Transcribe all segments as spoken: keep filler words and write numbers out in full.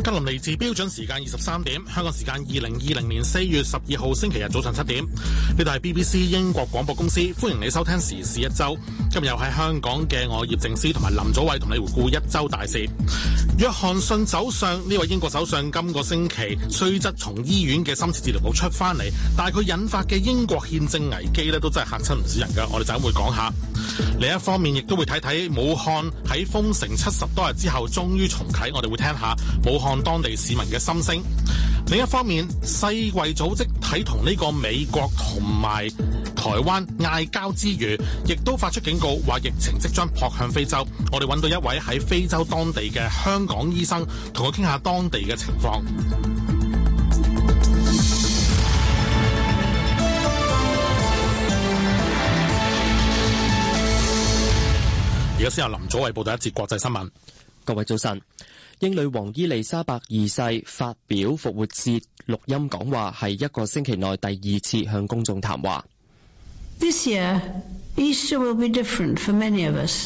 格林尼治標準時間二十三點，香港時間二零二零年四月十二號星期日早上七點。呢度係 B B C 英國廣播公司，歡迎你收聽時事一周。今日又喺香港嘅我葉正思同埋林祖偉同你回顧一周大事。約翰遜首相呢位英國首相今個星期雖則從醫院嘅深切治療部出翻嚟，但係佢引發嘅英國憲政危機咧，都真係嚇親唔少人㗎。我哋就咁會講下。另一方面，亦都會睇睇武漢喺封城七十多日之後終於重啟，我哋會聽下武漢當地市民嘅心聲。另一方面，世衛組織喺同呢個美國同埋台灣嗌交之餘，亦都發出警告，話疫情即將撲向非洲。我哋揾到一位喺非洲當地嘅香港醫生，同佢傾下當地嘅情況。而家先由林祖偉報道一節國際新聞。 各位早晨。英女王伊麗莎白二世發表復活節錄音講話，係一個星期內第二次向公眾談話。 This year, Easter will be different for many of us,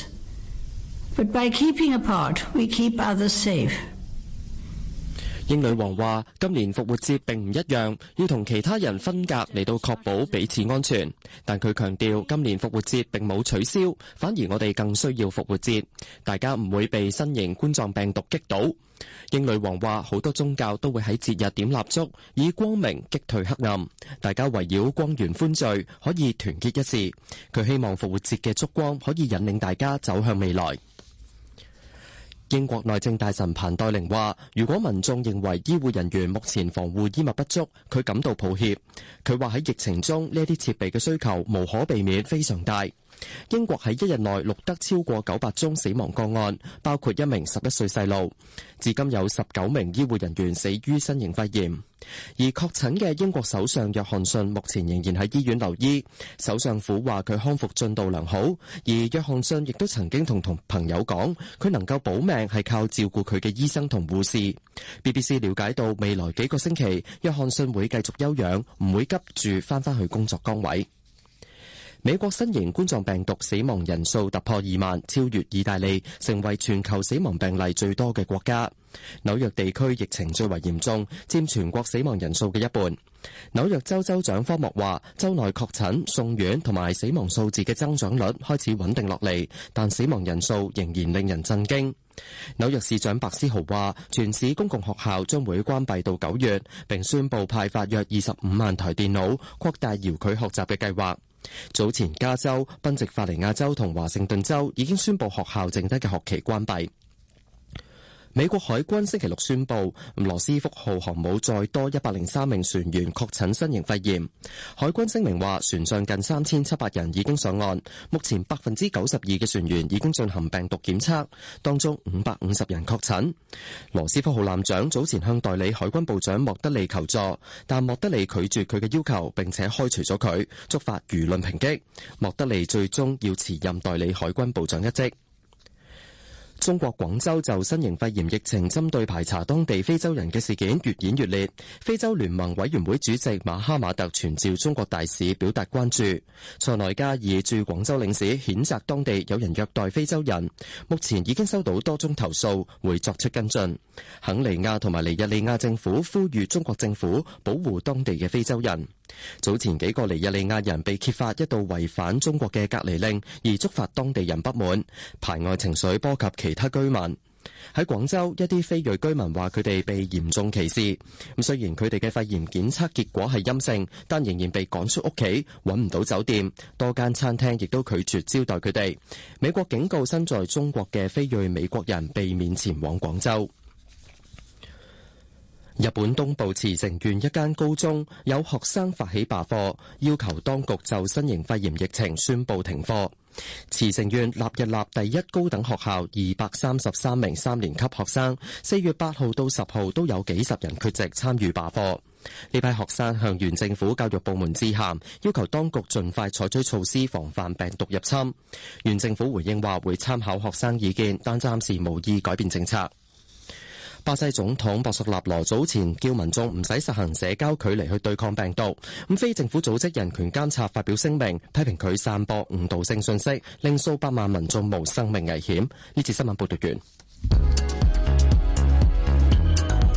but by keeping apart, we keep others safe. 英女王話：今年復活節並唔一樣，要同其他人分隔嚟到確保彼此安全。但佢強調，今年復活節並冇取消，反而我哋更需要復活節。大家唔會被新型冠狀病毒擊倒。英女王話：好多宗教都會喺節日點蠟燭，以光明擊退黑暗。大家圍繞光源歡聚，可以團結一致。佢希望復活節嘅燭光可以引領大家走向未來。英國內政大臣彭黛玲話：如果民眾認為醫護人員目前防護衣物不足，佢感到抱歉。佢話喺疫情中呢啲設備嘅需求無可避免非常大。英國喺一日內錄得超過九百宗死亡個案，包括一名十一歲細路。至今有十九名醫護人員死於新型肺炎。而確診嘅英國首相約翰遜目前仍然喺醫院留醫，首相府話佢康復進度良好。而約翰遜亦都曾經同同朋友講，佢能夠保命係靠照顧佢嘅醫生同護士。B B C 了解到未來幾個星期，約翰遜會繼續休養，唔會急住翻返去工作崗位。美國新型冠狀病毒死亡人數突破二萬，超越意大利，成為全球死亡病例最多嘅國家。紐約地區疫情最為嚴重，佔全國死亡人數嘅一半。紐約州州長科莫話，州內確診、送院同埋死亡數字嘅增長率開始穩定落嚟，但死亡人數仍然令人震驚。紐約市長白思豪話，全市公共學校將會關閉到九月，並宣布派發約二十五萬台電腦，擴大遙距學習嘅計劃。早前加州、賓夕法尼亞州同華盛頓州已經宣布學校剩低嘅學期關閉。美國海軍星期六宣布，羅斯福號航母再多一百零三名船員確診新型肺炎。海軍聲明話，船上近三千七百人已經上岸，目前百分之九十二嘅船員已經進行病毒檢測，當中五百五十人確診。羅斯福號艦長早前向代理海軍部長莫德利求助，但莫德利拒絕佢嘅要求，並且開除咗佢，觸發輿論抨擊。莫德利最終要辭任代理海軍部長一職。中國廣州就新型肺炎疫情針對排查當地非洲人嘅事件越演越烈，非洲聯盟委員會主席馬哈馬特傳召中國大使表達關注。塞內加爾駐廣州領事譴責當地有人虐待非洲人，目前已經收到多宗投訴，會作出跟進。肯尼亞同埋尼日利亞政府呼籲中國政府保護當地嘅非洲人。早前幾個尼日利亞人被揭發一度違反中國嘅隔離令，而觸發當地人不滿，排外情緒波及其他居民。喺廣州，一啲非裔居民話佢哋被嚴重歧視。咁雖然佢哋嘅肺炎檢測結果係陰性，但仍然被趕出屋企，揾唔到酒店，多間餐廳亦都拒絕招待佢哋。美國警告身在中國嘅非裔美國人避免前往廣州。日本東部茨城縣一間高中有學生發起罷課，要求當局就新型肺炎疫情宣布停課。茨城縣立日立第一高等學校二百三十三名三年級學生，四月八號到十號都有幾十人缺席參與罷課。呢批學生向縣政府教育部門致函，要求當局盡快採取措施防範病毒入侵。縣政府回應話會參考學生意見，但暫時無意改變政策。巴西總統博索納羅早前叫民眾唔使實行社交距離去對抗病毒，咁非政府組織人權監察發表聲明，批評佢散播誤導性信息，令數百萬民眾冒生命危險。呢次新聞報道完。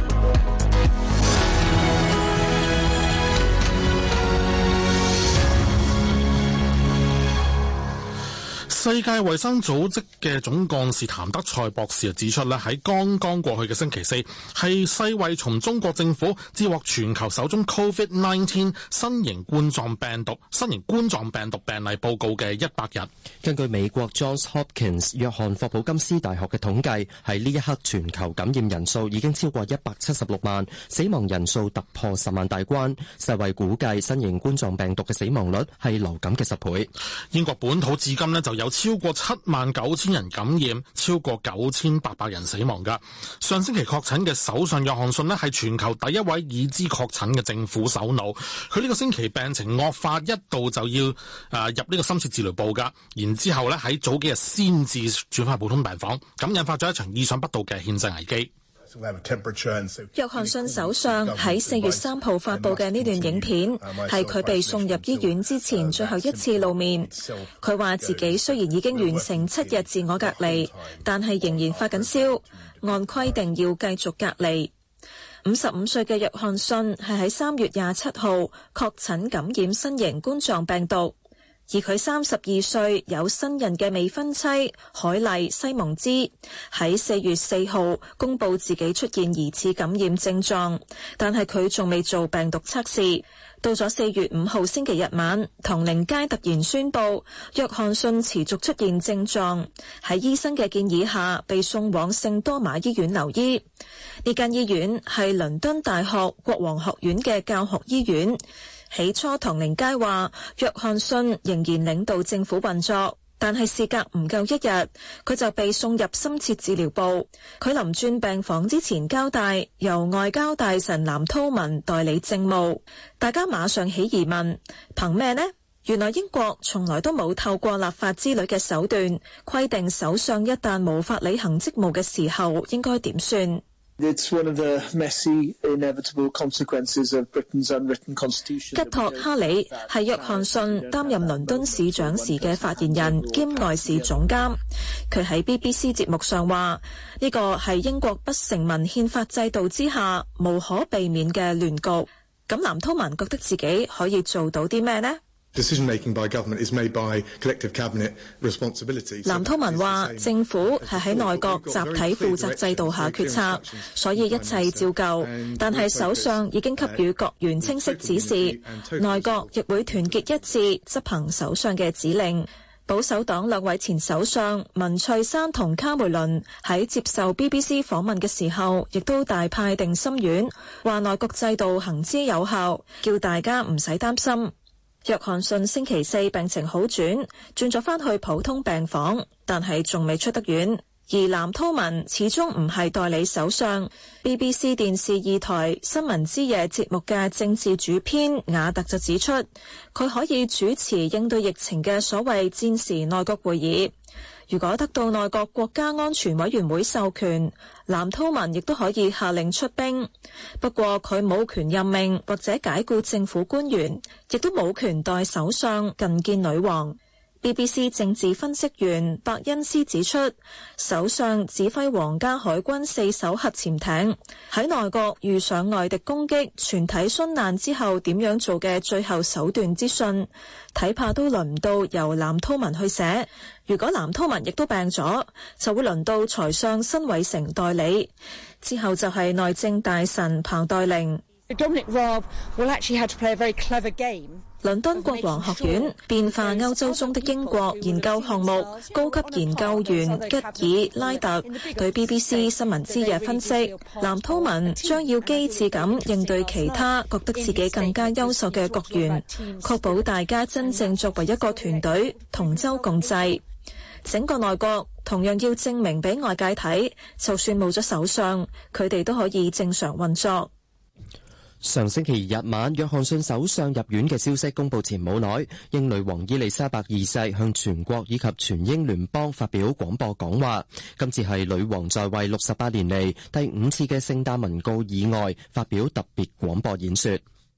世界衛生組織嘅總幹事譚德塞博士就指出咧，喺剛剛過去嘅星期四，係世衛從中國政府接獲全球首宗 Covid 十九 新型冠狀病毒新型冠狀病毒病例報告嘅一百日。 根據美國 Johns Hopkins 約翰霍普金斯大學嘅統計，喺呢一刻全球感染人數已經超過一百七十六萬，死亡人數突破十萬大關。世衛估計新型冠狀病毒嘅死亡率係流感嘅十倍。 英國本土至今呢就有超過七萬九千人感染，超過九千八百人死亡㗎。上星期確診嘅首相約翰遜呢係全球第一位已知確診嘅政府首腦。佢呢個星期病情惡化，一度就要誒、呃、入呢個深切治療部㗎。然之後呢喺早幾日先至轉返普通病房，咁引發咗一場意想不到嘅憲制危機。 約翰遜首相喺四月三號發佈嘅呢段影片，係佢被送入醫院之前最後一次露面。佢話自己雖然已經完成七日自我隔離，但係仍然發緊燒，按規定要繼續隔離。五十五歲嘅約翰遜係喺三月廿七號確診感染新型冠狀病毒。而佢三十二歲有新人嘅未婚妻海莉西蒙茲喺四月四號公布自己出現疑似感染症狀，但係佢仲未做病毒測試。到咗四月五號星期日晚，唐寧街突然宣布約翰遜持續出現症狀，喺醫生嘅建議下被送往聖多馬醫院留醫。呢間醫院係倫敦大學國王學院嘅教學醫院。起初唐寧街話約翰遜仍然領導政府運作，但係事隔唔夠一日，佢就被送入深切治療部。佢臨轉病房之前交代，由外交大臣藍韜文代理政務。大家馬上起疑問，憑咩呢？原來英國從來都冇透過立法之類嘅手段規定首相一旦無法履行職務嘅時候應該點算。 It's one of the messy, inevitable consequences of Britain's unwritten constitution. 吉托哈里係約翰遜擔任倫敦市長時嘅發言人兼外事總監。佢喺 B B C 節目上話：呢個係英國不成文憲法制度之下無可避免嘅亂局。咁藍韜文覺得自己可以做到啲咩呢 ？Decision-making by government is made by collective cabinet responsibility. 藍韜文話：政府係喺內閣集體負責制度下決策，所以一切照舊。但係首相已經給予各員清晰指示，內閣亦會團結一致執行首相嘅指令。保守黨兩位前首相文翠珊同卡梅倫喺接受 B B C 訪問嘅時候，亦都大派定心丸，話內閣制度行之有效，叫大家唔使擔心。約翰遜星期四病情好轉，轉咗返去普通病房，但係仲未出得院。而藍韜文始終唔係代理首相。B B C 電視二台新聞之夜節目嘅政治主編雅特就指出，佢可以主持應對疫情嘅所謂戰時內閣會議。如果得到內閣國家安全委員會授權，藍韜文亦都可以下令出兵。不過佢冇權任命或者解僱政府官員，亦都冇權代首相覲見女王。B B C 政治分析員伯恩斯指出，首相指揮皇家海軍四艘核潛艇喺內閣遇上外敵攻擊，全體殉難之後點樣做嘅最後手段資訊，睇怕都輪唔到由藍韜文去寫。如果藍韜文亦都病咗，就會輪到財相辛偉誠代理，之後就係內政大臣彭黛玲。 Dominic Raab will actually have to play a very clever game. 倫敦國王學院變化歐洲中的英國研究項目高級研究員吉爾拉特對 B B C 新聞之夜分析，藍韜文將要機智咁應對其他覺得自己更加優秀嘅國員，確保大家真正作為一個團隊同舟共濟。整個內閣同樣要證明俾外界睇，就算冇咗首相，佢哋都可以正常運作。 上星期日晚，約翰遜首相入院嘅消息公布前冇耐，英女王伊麗莎白二世向全國以及全英聯邦發表廣播講話。今次係女王在位六十八年嚟第五次嘅聖誕文告以外發表特別廣播演說。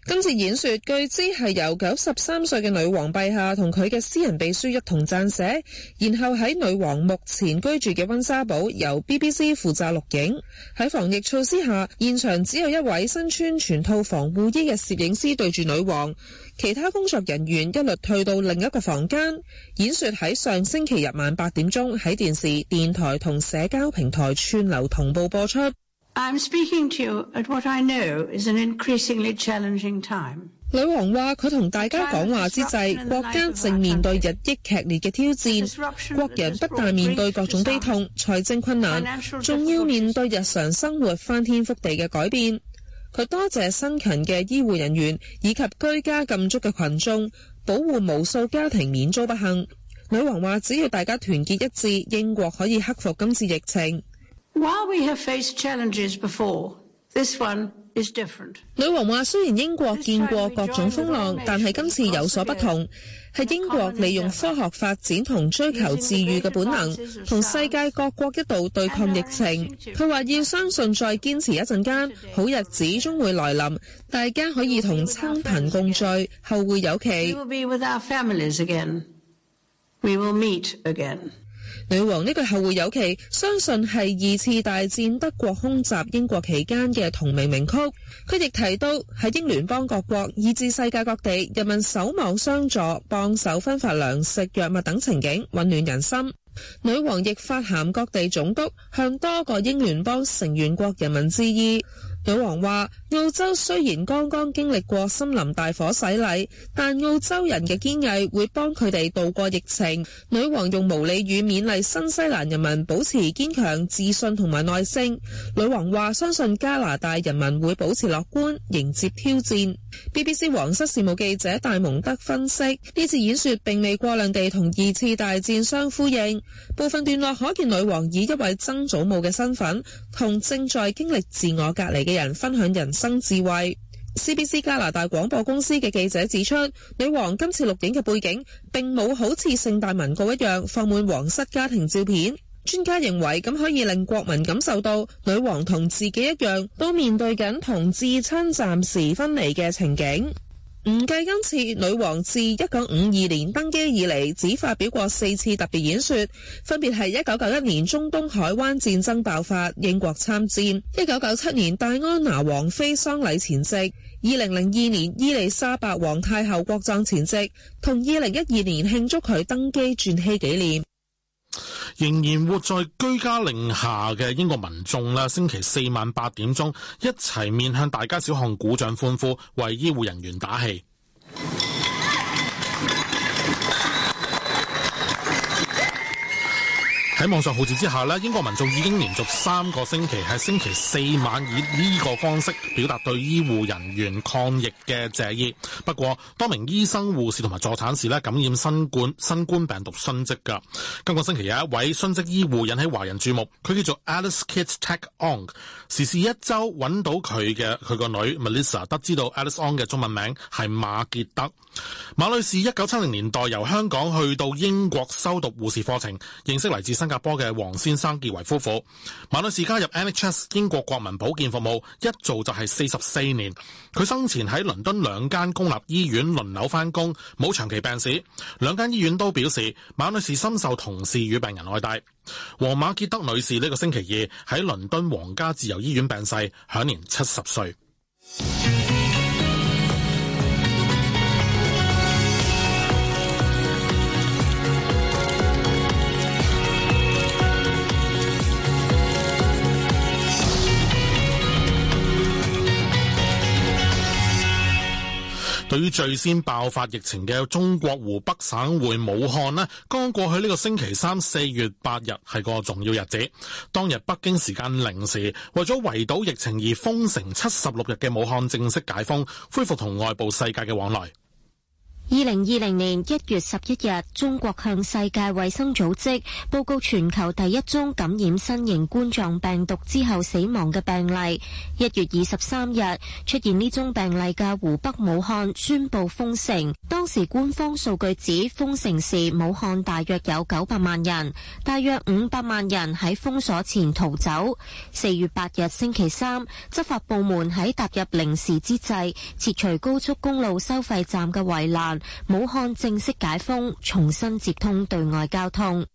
今次演說據知係由九十三歲嘅女王陛下同佢嘅私人秘書一同撰寫，然後喺女王目前居住嘅溫莎堡由 B B C 負責錄影。喺防疫措施下，現場只有一位身穿全套防護衣嘅攝影師對住女王，其他工作人員一律退到另一個房間。演說喺上星期日晚八點鐘喺電視、電台同社交平台串流同步播出。 I'm speaking to you at what I know is an increasingly challenging time. 女王話佢同大家講話之際，國家正面對日益劇烈嘅挑戰，國人不但面對各種悲痛、財政困難，仲要面對日常生活翻天覆地嘅改變。佢多謝辛勤嘅醫護人員以及居家禁足嘅群眾，保護無數家庭免遭不幸。女王話只要大家團結一致，英國可以克服今次疫情。 While we have faced challenges before, this one is different. 女王話雖然英國見過各種風浪，但係今次有所不同，係英國利用科學發展同追求治癒嘅本能，同世界各國一道對抗疫情。佢話要相信再堅持一陣間，好日子終會來臨，大家可以同親朋共聚，後會有期。 We will be with our families again. We will meet again. 女王呢句後會有期，相信係二次大戰德國空襲英國期間嘅同名名曲。佢亦提到喺英聯邦各國以至世界各地，人民守望相助，幫手分發糧食、藥物等情景，溫暖人心。女王亦發函各地總督，向多個英聯邦成員國人民致意。女王話澳洲雖然剛剛經歷過森林大火洗禮，但澳洲人嘅堅毅會幫佢哋度過疫情。女王用毛利語勉勵新西蘭人民保持堅強、自信同埋耐性。女王話相信加拿大人民會保持樂觀，迎接挑戰。B B C 皇室事務記者戴蒙德分析，呢次演說並未過量地同二次大戰相呼應，部分段落可見女王以一位曾祖母嘅身份，同正在經歷自我隔離嘅人分享人生智慧。C B C 加拿大廣播公司嘅記者指出，女王今次錄影嘅背景並冇好似聖誕文告一樣放滿皇室家庭照片。專家認為咁可以令國民感受到女王同自己一樣都面對緊同至親暫時分離嘅情景。唔計今次女王自一九五二年登基以嚟只發表過四次特別演說，分別係一九九一年中東海灣戰爭爆發，英國參戰；一九九七年戴安娜王妃喪禮前夕；二零零二年伊麗莎白皇太后國葬前夕，同二零一二年慶祝佢登基鑽禧紀念。 仍然活在居家令下嘅英國民眾啦，星期四晚八點鐘一齊面向大街小巷鼓掌歡呼，為醫護人員打氣。喺網上號召之下咧，英國民眾已經連續三個星期喺星期四晚以呢個方式表達對醫護人員抗疫嘅謝意。不過，多名醫生、護士同埋助產士咧感染新冠新冠病毒殉職㗎。今個星期有一位殉職醫護引起華人注目，佢叫做 Alice Kit Tack-On。時事一周揾到佢嘅佢個女 Melissa， 得知道 Alice On 嘅中文名係馬傑德。馬女士一九七零年代由香港去到英國修讀護士課程，認識嚟自新加坡嘅黃先生結為夫婦。馬女士加入 N H S 英國國民保健服務，一做就係四十四年。佢生前喺倫敦兩間公立醫院輪流返工，冇長期病史。兩間醫院都表示馬女士深受同事與病人愛戴。黃馬傑德女士呢個星期二喺倫敦皇家自由醫院病逝，享年七十歲。對於最先爆發疫情嘅中國湖北省會武漢呢，剛過去呢個星期三四月八日係個重要日子。當日北京時間零時，為咗圍堵疫情而封城七十六日嘅武漢正式解封，恢復同外部世界嘅往來。 二零二零年一月十一日，中國向世界衛生組織報告全球第一宗感染新型冠狀病毒之後死亡嘅病例。一月二十三日出現呢宗病例嘅湖北武漢宣布封城。當時官方數據指封城時武漢大約有九百萬人，大約五百萬人喺封鎖前逃走。四月八日星期三，執法部門喺踏入零時之際撤除高速公路收費站嘅圍欄。武漢正式解封，重新接通對外交通。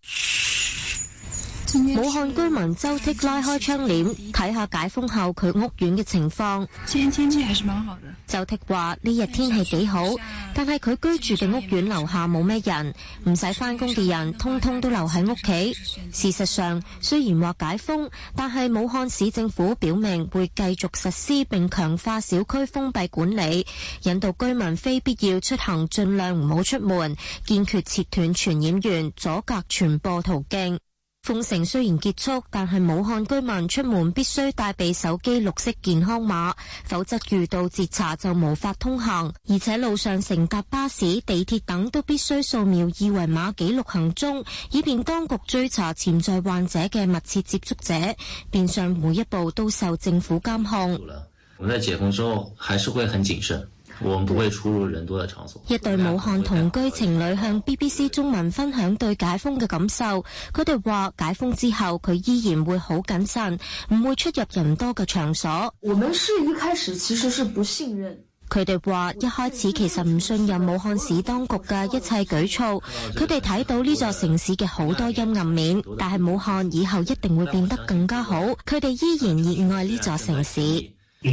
武漢居民周剔拉開窗簾睇下解封後佢屋苑嘅情況。 今天天氣還是蠻好的。 周剔話呢日天氣幾好，但係佢居住嘅屋苑樓下冇咩人，唔使返工嘅人通通都留喺屋企。事實上，雖然話解封，但係武漢市政府表明會繼續實施並強化小區封閉管理，引導居民非必要出行盡量唔好出門，堅決切斷傳染源，阻隔傳播途徑。封城雖然結束，但係武漢居民出門必須帶備手機綠色健康碼，否則遇到截查就無法通行。而且路上乘搭巴士、地鐵等都必須掃描二維碼記錄行蹤，以便當局追查潛在患者嘅密切接觸者，變相每一步都受政府監控。 我們在解封之後還是會很謹慎，我們不會出入人多的場所。 一對武漢同居情侶向 B B C 中文分享對解封嘅感受，佢哋話解封之後佢依然會好謹慎，唔會出入人多嘅場所。 我們是一開始其實是不信任。 佢哋話一開始其實唔信任武漢市當局嘅一切舉措，佢哋睇到呢座城市嘅好多陰暗面，但係武漢以後一定會變得更加好，佢哋依然熱愛呢座城市。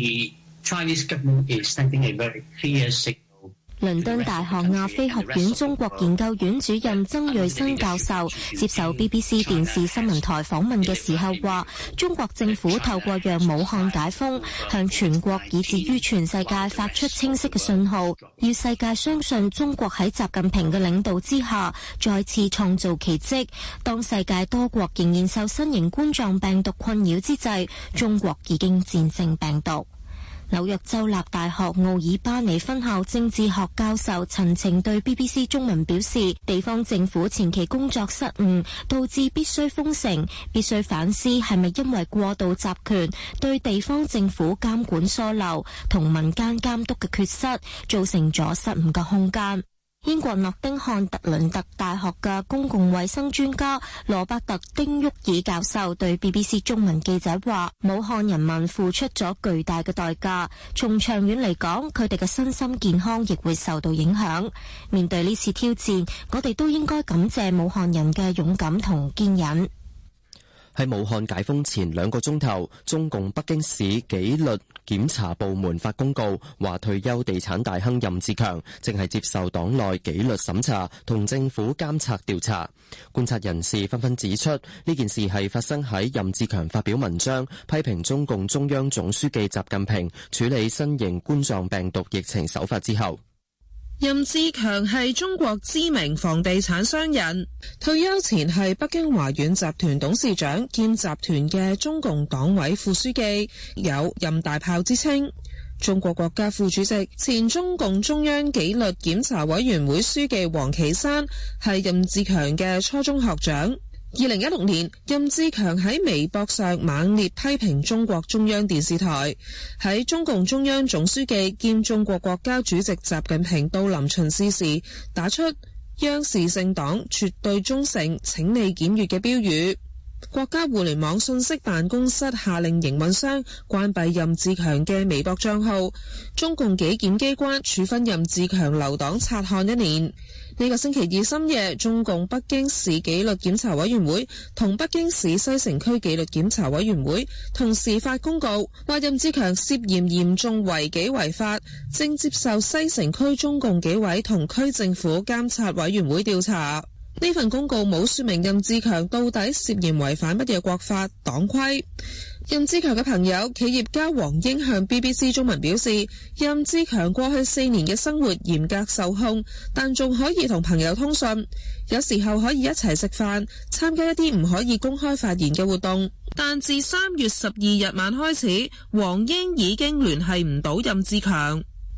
倫敦大學亞非學院中國研究院主任曾瑞新教授接受 B B C 電視新聞台訪問嘅時候話，中國政府透過讓武漢解封，向全國以至於全世界發出清晰嘅信號，要世界相信中國喺習近平嘅領導之下再次創造奇蹟。當世界多國仍然受新型冠狀病毒困擾之際，中國已經戰勝病毒。紐約州立大學奧爾巴尼分校政治學教授陳晴對 B B C 中文表示，地方政府前期工作失誤，導致必須封城，必須反思係咪因為過度集權、對地方政府監管疏漏同民間監督嘅缺失，造成咗失誤嘅空間。英國諾丁漢特倫特大學嘅公共衛生專家羅伯特丁沃爾教授對 B B C 中文記者話，武漢人民付出咗巨大嘅代價，從長遠嚟講，佢哋嘅身心健康亦會受到影響。面對呢次挑戰，我哋都應該感謝武漢人嘅勇敢同堅忍。 喺武漢解封前兩個鐘頭，中共北京市紀律檢查部門發公告，話退休地產大亨任志強正係接受黨內紀律審查同政府監察調查。觀察人士紛紛指出，呢件事係發生喺任志強發表文章批評中共中央總書記習近平處理新型冠狀病毒疫情手法之後。 任志強係中國知名房地產商人，退休前係北京華遠集團董事長兼集團嘅中共黨委副書記，有任大炮之稱。中國國家副主席、前中共中央紀律檢查委員會書記王岐山係任志強嘅初中學長。二零一六年，任志強喺微博上猛烈批評中國中央電視台，喺中共中央總書記兼中國國家主席習近平到臨巡視時打出央視姓黨絕對忠誠，請你檢閱嘅標語。國家互聯網信息辦公室下令營運商關閉任志強嘅微博賬號，中共紀檢機關處分任志強留黨察看一年。呢個星期二深夜，中共北京市紀律檢查委員會同北京市西城區紀律檢查委員會同時發公告，話任志強涉嫌嚴重違紀違法，正接受西城區中共紀委同區政府監察委員會調查。呢份公告冇說明任志強到底涉嫌違反乜嘢國法黨規。任志強嘅朋友企業家黃英向 B B C 中文表示，任志強過去四年嘅生活嚴格受控，但仲可以同朋友通訊，有時候可以一齊食飯，參加一啲唔可以公開發言嘅活動。但自三月十二日晚開始，黃英已經聯繫唔到任志強。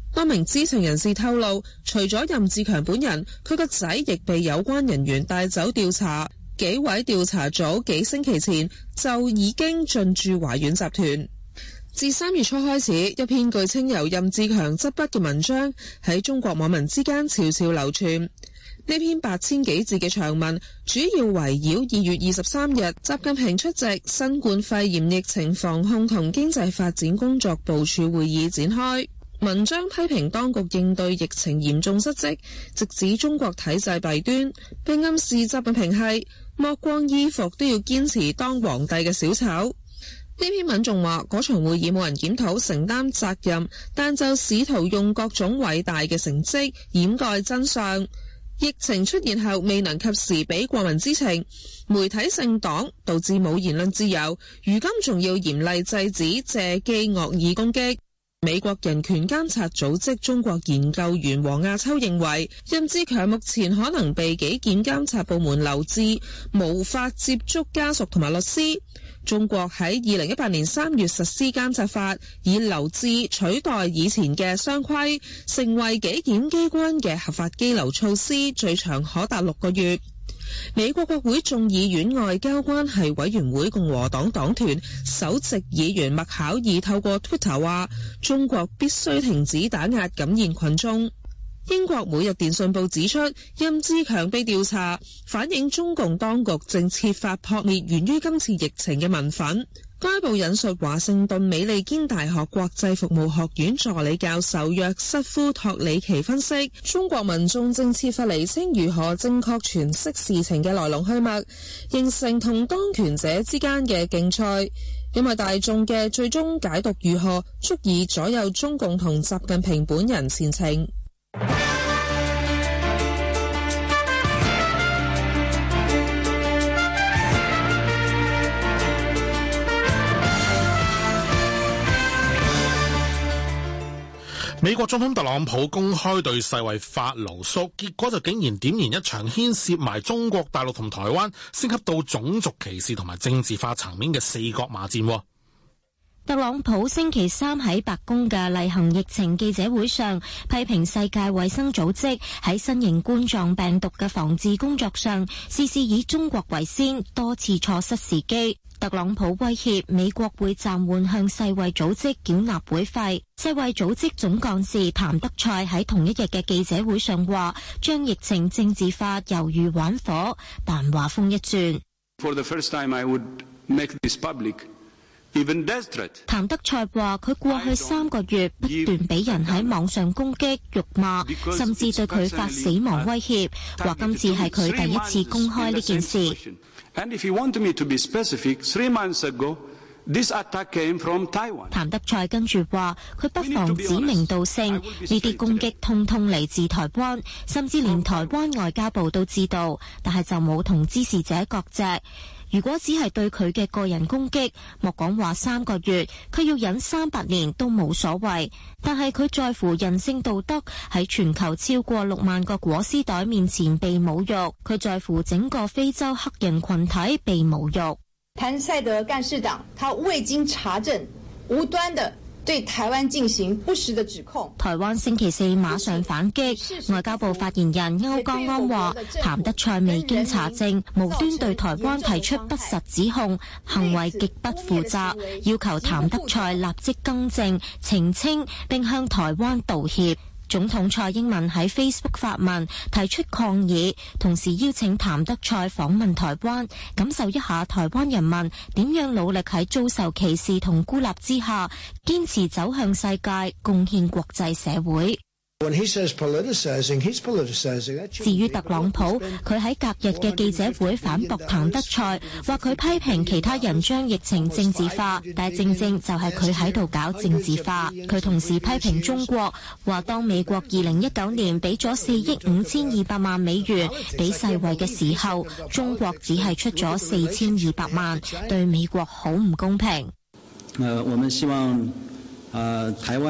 多名知情人士透露，除咗任志強本人，佢個仔亦被有關人員帶走調查。幾位調查組幾星期前就已經進駐華遠集團。自三月初開始，一篇據稱由任志強執筆嘅文章喺中國網民之間悄悄流傳。呢篇八千幾字嘅長文，主要圍繞二月二十三日習近平出席新冠肺炎疫情防控同經濟發展工作部署會議展開。文章批評當局應對疫情嚴重失職，直指中國體制弊端，並暗示習近平係剝光衣服都要堅持當皇帝嘅小丑。呢篇文仲話，嗰場會議冇人檢討承擔責任，但就試圖用各種偉大嘅成績掩蓋真相。疫情出現後未能及時俾國民知情，媒體姓黨，導致冇言論自由，如今仲要嚴厲制止借機惡意攻擊。美國人權監察組織中國研究員黃亞秋認為，任志強目前可能被紀檢監察部門留置，無法接觸家屬同埋律師。中國喺二零一八年三月實施監察法，以留置取代以前嘅雙規，成為紀檢機關嘅合法羈留措施，最長可達六個月。美國國會眾議院外交關係委員會共和黨黨團首席議員麥考爾透過 Twitter 話，中國必須停止打壓感染群眾。英國每日電訊報指出，任志強被調查，反映中共當局正設法撲滅源於今次疫情嘅民憤。該報引述華盛頓美利堅大學國際服務學院助理教授約瑟夫托里奇分析，中國民眾正設法釐清如何正確詮釋事情嘅來龍去脈，形成同當權者之間嘅競賽，因為大眾嘅最終解讀如何，足以左右中共同習近平本人前程。 美國總統特朗普公開對世衛發牢騷，結果就竟然點燃一場牽涉埋中國大陸同台灣，升級到種族歧視同埋政治化層面嘅四角罵戰。 特朗普星期三喺白宮嘅例行疫情記者會上，批評世界衛生組織喺新型冠狀病毒嘅防治工作上，事事以中國為先，多次錯失時機。特朗普威脅美國會暫緩向世衛組織繳納會費。世衛組織總幹事譚德塞喺同一日嘅記者會上話，將疫情政治化猶如玩火，但話鋒一轉。 For the first time I would make this public. 譚德塞話：佢過去三個月不斷俾人喺網上攻擊、辱罵，甚至對佢發死亡威脅。話今次係佢第一次公開呢件事。譚德塞跟住話：佢不妨指名道姓，呢啲攻擊通通嚟自台灣，甚至連台灣外交部都知道，但係就冇同支持者割席。如果只係對佢嘅個人攻擊，莫講話三個月，佢要忍三百年都冇所謂。但係佢在乎人性道德，喺全球超過六萬個裹屍袋面前被侮辱，佢在乎整個非洲黑人群體被侮辱。 譚塞德幹事長，他未經查證，無端的對台灣進行不實的指控。 台灣星期四馬上反擊，外交部發言人歐江安話，譚德塞未經查證，無端對台灣提出不實指控，行為極不負責，要求譚德塞立即更正、澄清並向台灣道歉。總統蔡英文喺 Facebook 發文提出抗議，同時邀請譚德塞訪問台灣，感受一下台灣人民點樣努力喺遭受歧視同孤立之下，堅持走向世界，貢獻國際社會。至於特朗普，佢喺隔日嘅記者會反駁譚德塞，話佢批評其他人將疫情政治化，但正正就係佢喺度搞政治化。佢同時批評中國，話當美國二零一九年俾咗四億五千二百萬美元俾世衛嘅時候，中國只係出咗四千二百萬，對美國好唔公平。 呃，我們希望，呃，台灣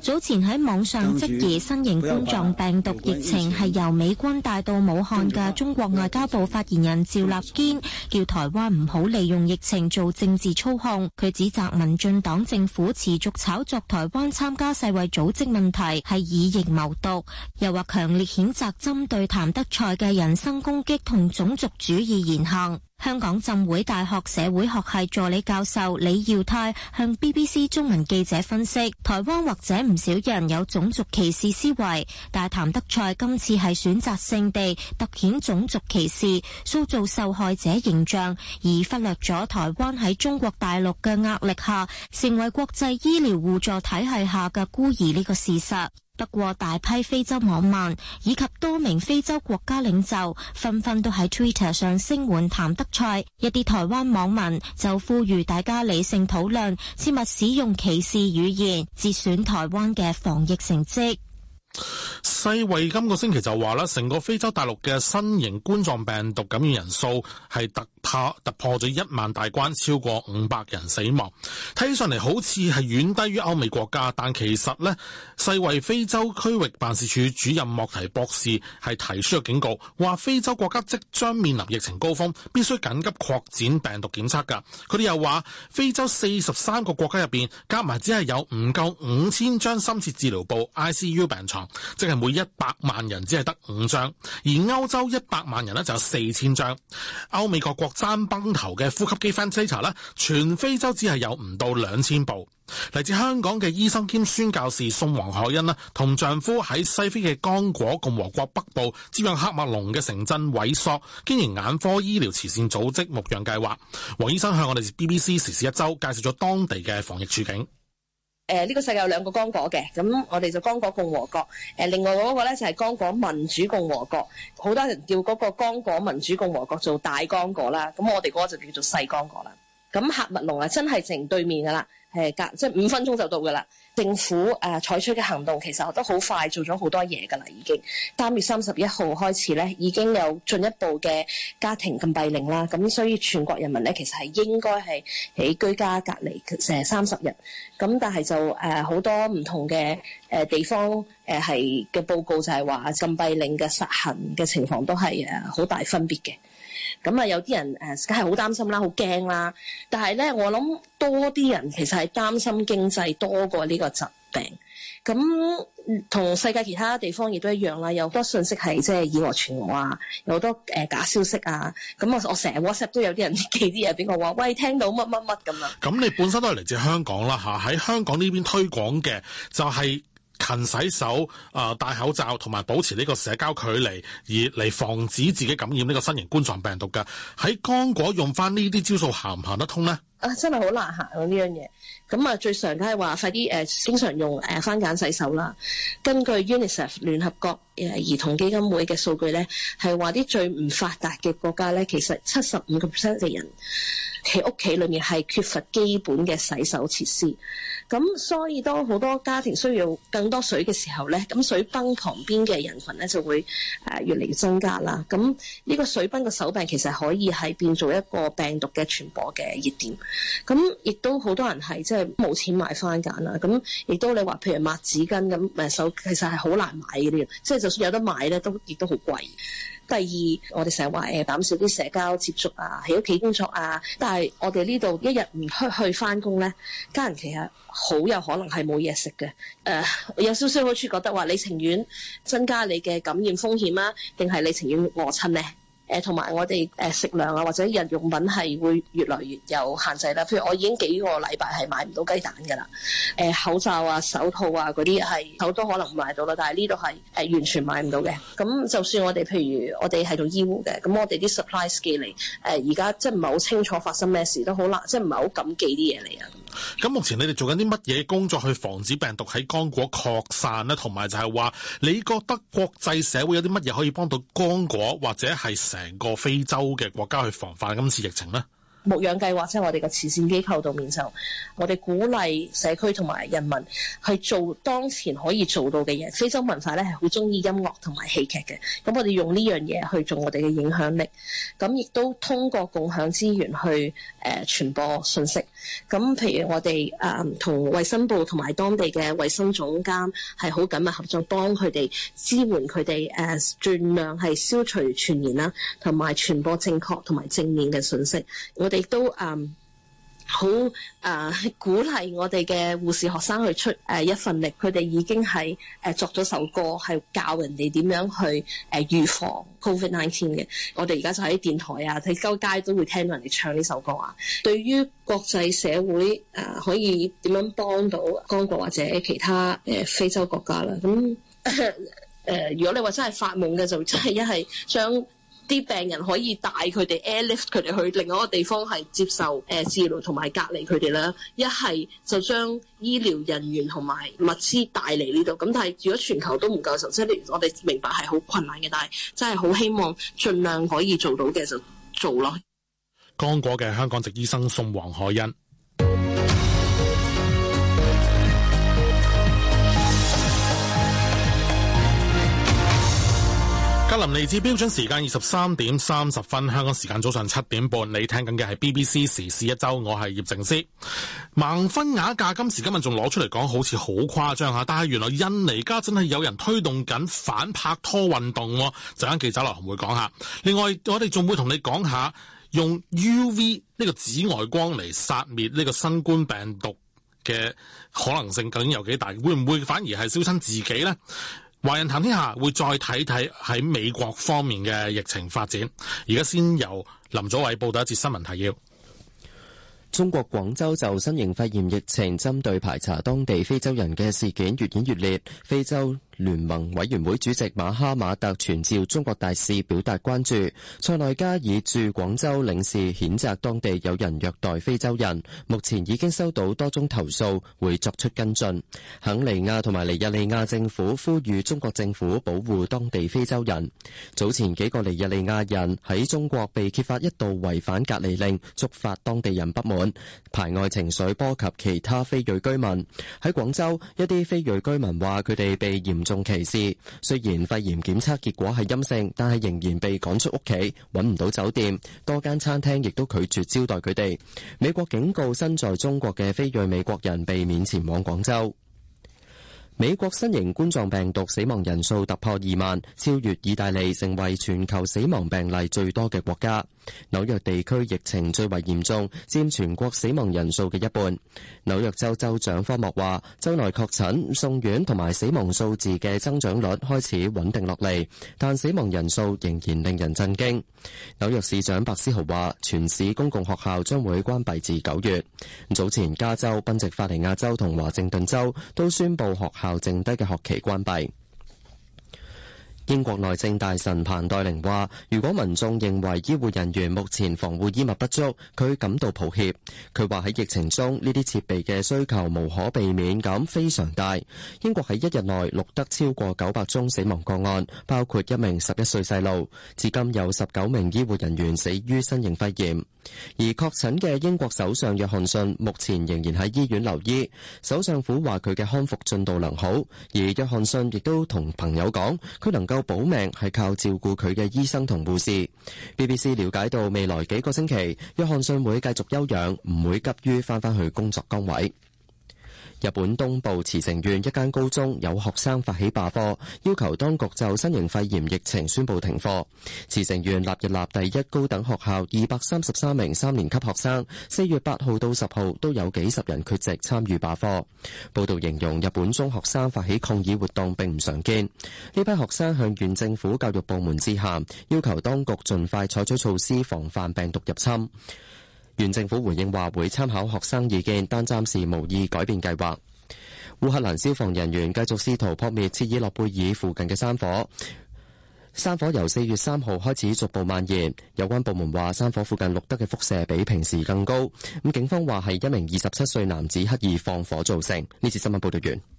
早前喺網上質疑新型冠狀病毒疫情係由美軍帶到武漢嘅中國外交部發言人趙立堅，叫台灣唔好利用疫情做政治操控。佢指責民進黨政府持續炒作台灣參加世衛組織問題係以疫謀獨，又話強烈譴責針對譚德塞嘅人身攻擊同種族主義言行。香港浸會大學社會學系助理教授李耀泰向 B B C 中文記者分析，台灣或者唔少人有種族歧視思維，但譚德塞今次係選擇性地突顯種族歧視，塑造受害者形象，而忽略咗台灣喺中國大陸嘅壓力下，成為國際醫療互助體系下嘅孤兒呢個事實。不過大批非洲網民以及多名非洲國家領袖紛紛都喺 Twitter 上聲援譚德塞，一啲台灣網民就呼籲大家理性討論，切勿使用歧視語言，折損台灣嘅防疫成績。 世衛今個星期就話啦，成個非洲大陸嘅新型冠狀病毒感染人數係突破突破咗一萬大關，超過五百人死亡。睇起上嚟好似係遠低於歐美國家，但其實呢，世衛非洲區域辦事處主任莫提博士係提出咗警告，話非洲國家即將面臨疫情高峰，必須緊急擴展病毒檢測㗎。佢哋又話，非洲四十三個國家入邊，加埋只係有唔夠五千張深切治療部 I C U 病床，即係每一百萬人只係得五張，而歐洲一百萬人呢就有四千張。歐美各國爭崩頭嘅呼吸機 ventilator 呢，全非洲只係有唔到兩千部。嚟自香港嘅醫生兼宣教士宋黃海欣呢，同丈夫喺西非嘅剛果共和國北部接壤喀麥隆嘅城鎮萎索，經營眼科醫療慈善組織牧養計劃。黃醫生向我哋 B B C 時事一周介紹咗當地嘅防疫處境。 誒、呃、呢、這個世界有兩個剛果嘅，咁我哋就剛果共和國，誒、呃、另外嗰個咧就係、是、剛果民主共和國，好多人叫嗰個剛果民主共和國做大剛果啦，咁我哋嗰個就叫做細剛果啦。咁喀麥隆啊，真係正對面噶啦，誒隔即係五分鐘就到噶啦。政府誒、呃、採取嘅行動其實都好快，做咗好多嘢噶啦，已經三月三十一號開始咧，已經有進一步嘅家庭禁閉令啦。咁所以全國人民咧，其實係應該係喺居家隔離誒三十日。咁但係就誒好、呃、多唔同嘅誒、呃、地方誒係嘅報告就係話禁閉令嘅實行嘅情況都係誒好大分別嘅。咁啊，有啲人誒梗係好擔心啦，好驚啦。但係咧，我諗多啲人其實係擔心經濟多過呢個疾病。咁同世界其他地方亦都一樣啦，有好多信息係即係以訛傳訛啊，有好多誒、呃、假消息啊。咁我我成日 WhatsApp 都有啲人寄啲嘢俾我話，喂，聽到乜乜乜咁啊。咁你本身都係嚟自香港啦嚇，喺香港呢邊推廣嘅就係、是。勤洗手、呃、戴口罩同埋保持呢個社交距離，而嚟防止自己感染呢個新型冠狀病毒㗎。喺剛果用翻呢啲招數行唔行得通呢？ 啊，真係好難行啊！呢樣嘢咁啊，最常梗係話快啲誒、呃，經常用誒番梘洗手啦。根據 UNICEF 聯合國誒兒童基金會嘅數據咧，係話啲最唔發達嘅國家咧，其實七十五個 percent 嘅人喺屋企裏面係缺乏基本嘅洗手設施。咁所以當好多家庭需要更多水嘅時候咧，咁水泵旁邊嘅人群咧就會誒越嚟越增加啦。咁呢個水泵嘅手病其實可以係變做一個病毒嘅傳播嘅熱點。咁亦都好多人係即係冇錢買番梘啦。咁亦都你話譬如抹紙巾咁誒手，其實係好難買嘅啲，即係就算有得買咧，都亦都好貴。第二，我哋成日話誒減少啲社交接觸啊，喺屋企工作啊，但係我哋呢度一日唔去去翻工咧，家人其實好有可能係冇嘢食嘅。誒、呃、有少少好處覺得話，你情願增加你嘅感染風險啊，定係你情願餓親咧？誒同埋我哋誒食糧啊或者日用品係會越來越有限制啦。譬如我已經幾個禮拜係買唔到雞蛋㗎啦。誒、呃、口罩啊、手套啊嗰啲係好多可能買到啦，但係呢度係誒完全買唔到嘅。咁就算我哋譬如我哋係做醫護嘅，咁我哋啲 supplies 寄嚟，誒而家即係唔係好清楚發生咩事，都好難，即係唔係好敢寄啲嘢嚟啊。 咁目前你哋做緊啲乜嘢工作去防止病毒喺剛果擴散呢？同埋就係話，你覺得國際社會有啲乜嘢可以幫到剛果或者係成個非洲嘅國家去防範今次疫情呢？ 牧養計劃，即係我哋嘅慈善機構度面就，我哋鼓勵社區同埋人民去做當前可以做到嘅嘢。非洲文化咧係好中意音樂同埋戲劇嘅，咁我哋用呢樣嘢去做我哋嘅影響力，咁亦都通過共享資源去誒傳播信息。咁譬如我哋誒同衛生部同埋當地嘅衛生總監係好緊密合作，幫佢哋支援佢哋誒盡量係消除傳言啦，同埋傳播正確同埋正面嘅信息。我哋都誒好誒鼓勵我哋嘅護士學生去出誒一份力，佢哋已經係誒作咗首歌，係教人哋點樣去誒預防 Covid 十九 嘅。我哋而家就喺電台啊，喺周街都會聽到人哋唱呢首歌啊。對於國際社會誒可以點樣幫到剛果或者其他誒非洲國家啦？咁誒、呃，如果你話真係發夢嘅，就真係一係將啲病人可以帶佢哋 airlift 佢哋去另外一個地方係接受誒、呃、治療同埋隔離佢哋啦，一係就將醫療人員同埋物資帶嚟呢度。咁但係如果全球都唔夠嘅時候，即係我哋明白係好困難嘅，但係真係好希望盡量可以做到嘅就做咯。 剛果嘅香港籍醫生宋黃海欣。格林尼治標準時間二十三點三十分，香港時間早上七點半。你聽緊嘅係 B B C 時事一周，我係葉靜思。盲婚啞嫁今時今日仲攞出嚟講，好似好誇張吓，但係原來印尼家真係有人推動緊反拍拖運動。陣間記者來鴻會講下。另外，我哋仲會同你講下用 U V 呢個紫外光嚟殺滅呢個新冠病毒嘅可能性究竟有幾大？會唔會反而係燒親自己呢？華人談天下會再睇睇喺美國方面嘅疫情發展。而家先由林祖偉報道一節新聞提要。 中國廣州就新型肺炎疫情針對排查當地非洲人嘅事件越演越烈，非洲聯盟委員會主席馬哈馬特傳召中國大使表達關注。塞內加爾駐廣州領事譴責當地有人虐待非洲人，目前已經收到多宗投訴，會作出跟進。肯尼亞同埋尼日利亞政府呼籲中國政府保護當地非洲人。早前幾個尼日利亞人喺中國被揭發一度違反隔離令，觸發當地人不滿，排外情緒波及其他非裔居民。喺廣州，一啲非裔居民話佢哋被嚴重歧視，雖然肺炎檢測結果係陰性，但係仍然被趕出屋企，揾唔到酒店，多間餐廳亦都拒絕招待佢哋。美國警告身在中國嘅非裔美國人避免前往廣州。美國新型冠狀病毒死亡人數突破二萬，超越意大利，成為全球死亡病例最多嘅國家。紐約地區疫情最為嚴重，佔全國死亡人數嘅一半。紐約州州長科莫話，州內確診、送院同埋死亡數字嘅增長率開始穩定落嚟，但死亡人數仍然令人震驚。紐約市長白思豪話，全市公共學校將會關閉至九月。早前加州、賓夕法尼亞州同華盛頓州都宣布學校剩低嘅學期關閉。英國內政大臣彭黛玲話，如果民眾認為醫護人員目前防護衣物不足，佢感到抱歉。佢話喺疫情中，呢啲設備嘅需求無可避免咁非常大。英國喺一日內錄得超過九百宗死亡個案，包括一名十一歲細路。至今有十九名醫護人員死於新型肺炎。而確診嘅英國首相約翰遜目前仍然喺醫院留醫，首相府話佢嘅康復進度良好。而約翰遜亦都同朋友講，佢能夠保命係靠照顧佢嘅醫生同護士。B B C 了解到未來幾個星期，約翰遜會繼續休養，唔會急於翻返去工作崗位。日本東部茨城縣一間高中有學生發起罷課，要求當局就新型肺炎疫情宣布停課。茨城縣納日立第一高等學校二百三十三名三年級學生，四月八號到十號都有幾十人缺席參與罷課。報道形容日本中學生發起抗議活動並唔常見。呢批學生向縣政府教育部門致函，要求當局盡快採取措施防範病毒入侵。縣政府回應話會參考學生意見，但暫時無意改變計劃。烏克蘭消防人員繼續試圖撲滅切爾諾貝爾附近嘅山火，山火由四月三號開始逐步蔓延。有關部門話山火附近錄得嘅輻射比平時更高。咁警方話係一名二十七歲男子刻意放火造成。呢次新聞報道完。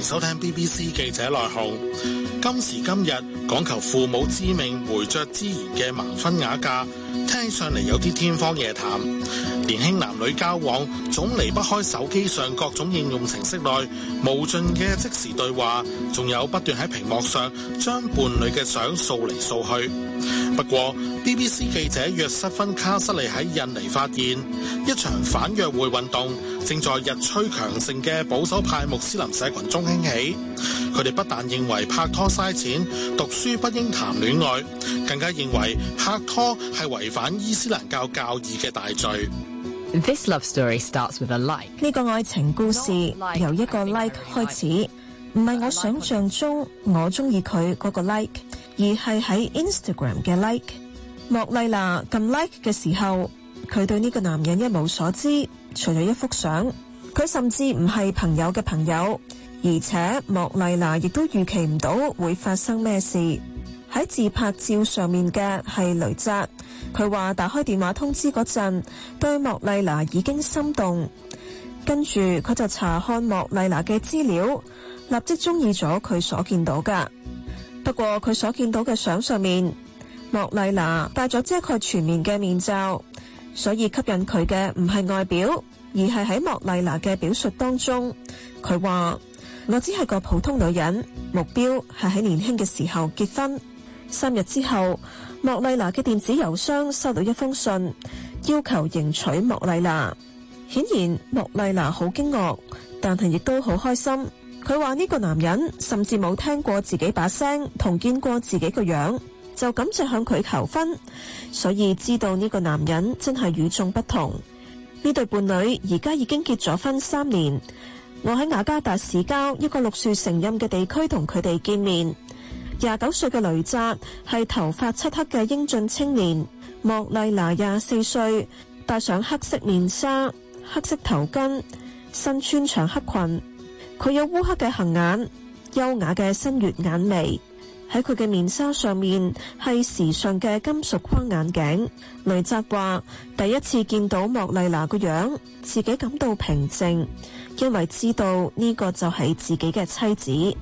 收聽 B B C 記者來鴻。今時今日講求父母之命，媒妁之言嘅盲婚啞嫁，聽起上嚟有啲天方夜譚。年輕男女交往總離不開手機上各種應用程式內無盡嘅即時對話，仲有不斷喺屏幕上將伴侶嘅相掃嚟掃去。不過 B B C 記者約瑟芬卡瑟利喺印尼發現，一場反約會運動正在日趨強盛嘅保守派穆斯林社群中興起。佢哋不但認為拍拖嘥錢，讀書不應談戀愛，更加認為拍拖係違反伊斯蘭教教義嘅大罪。 This love story starts with a like. 呢個愛情故事由一個 like 開始，唔係我想象中我中意佢嗰個 like， 而係喺 Instagram 嘅 like。莫麗娜撳 like 嘅時候，佢對呢個男人一無所知，除咗一幅相，佢甚至唔係朋友嘅朋友，而且莫麗娜亦都預期唔到會發生咩事。喺自拍照上面嘅係雷澤，佢話打開電話通知嗰陣，對莫麗娜已經心動，跟住佢就查看莫麗娜嘅資料，立即中意咗佢所見到㗎。不過佢所見到嘅相上面，莫麗娜戴咗遮蓋全面嘅面罩，所以吸引佢嘅唔係外表，而係喺莫麗娜嘅表述當中，佢話我只係個普通女人，目標係喺年輕嘅時候結婚。三日之後，莫麗娜嘅電子郵箱收到一封信，要求迎娶莫麗娜。顯然莫麗娜好驚愕，但係亦都好開心。佢話呢個男人甚至冇聽過自己把聲同見過自己個樣，就咁就向佢求婚，所以知道呢個男人真係與眾不同。呢對伴侶而家已經結咗婚三年。我喺雅加達市郊一個綠樹成蔭嘅地區同佢哋見面。廿九歲嘅雷澤係頭髮漆黑嘅英俊青年，莫麗娜廿四歲，戴上黑色面紗、黑色頭巾，身穿長黑裙。佢有烏黑嘅杏眼，優雅嘅新月眼眉。喺佢嘅面紗上面係時尚嘅金屬框眼鏡。雷澤話：第一次見到莫麗娜個樣，自己感到平靜，因為知道呢個就係自己嘅妻子。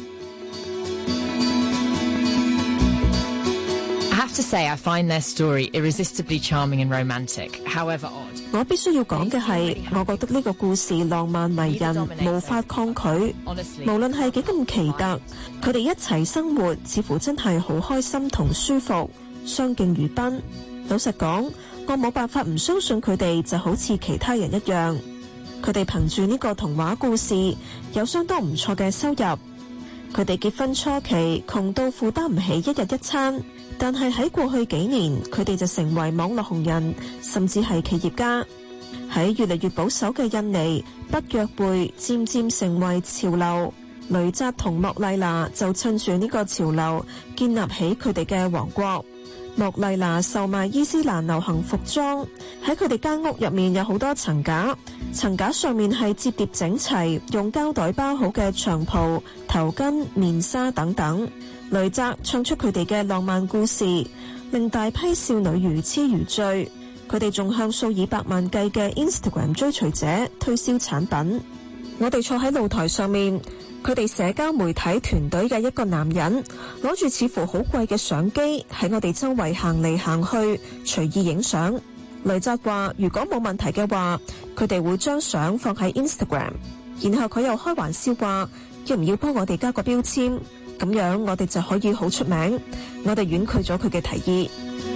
I have to say, I find their story irresistibly charming and romantic, however odd. 我必須要講嘅係，我覺得呢個故事浪漫迷人，無法抗拒。無論係幾咁奇特，佢哋一齊生活似乎真係好開心同舒服，相敬如賓。老實講，我冇辦法唔相信佢哋就好似其他人一樣。佢哋憑住呢個童話故事，有相當唔錯嘅收入。佢哋結婚初期窮到負擔唔起一日一餐。但係喺過去幾年，佢哋就成為網絡紅人，甚至係企業家。喺越嚟越保守嘅印尼，不約會漸漸成為潮流。雷澤同莫麗娜就趁住呢個潮流，建立起佢哋嘅王國。莫麗娜售賣伊斯蘭流行服裝，喺佢哋間屋入面有好多層架，層架上面係摺疊整齊，用膠袋包好嘅長袍、頭巾、面紗等等。雷澤唱出佢哋嘅浪漫故事，令大批少女如痴如醉。佢哋仲向數以百萬計嘅 Instagram 追隨者推銷產品。我哋坐喺露台上面，佢哋社交媒體團隊嘅一個男人攞住似乎好貴嘅相機喺我哋周圍行嚟行去，隨意影相。雷澤話：如果冇問題嘅話，佢哋會將相放喺 Instagram。然後佢又開玩笑話：要唔要幫我哋加個標籤？咁樣我哋就可以好出名。我哋婉拒咗佢嘅提議。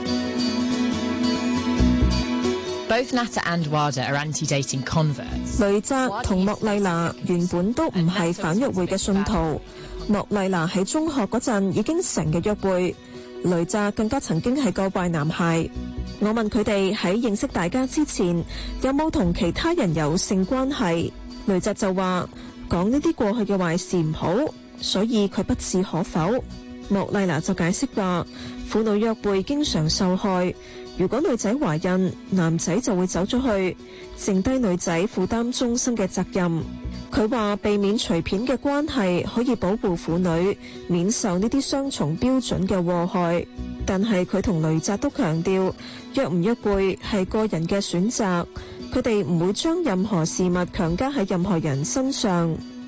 Both Nata and Wada are anti-dating converts. 雷澤同莫麗娜原本都唔係反約會嘅信徒。莫麗娜喺中學嗰陣已經成日約會，雷澤更加曾經係個壞男孩。我問佢哋喺認識大家之前有冇同其他人有性關係，雷澤就話講呢啲過去嘅壞事唔好，所以佢不置可否。莫麗娜就解釋話，婦女約會經常受害，如果女仔懷孕，男仔就會走咗去，剩低女仔負擔終身嘅責任。佢話避免隨便嘅關係可以保護婦女免受呢啲雙重標準嘅禍害，但係佢同雷澤都強調，約唔約會係個人嘅選擇，佢哋唔會將任何事物強加喺任何人身上。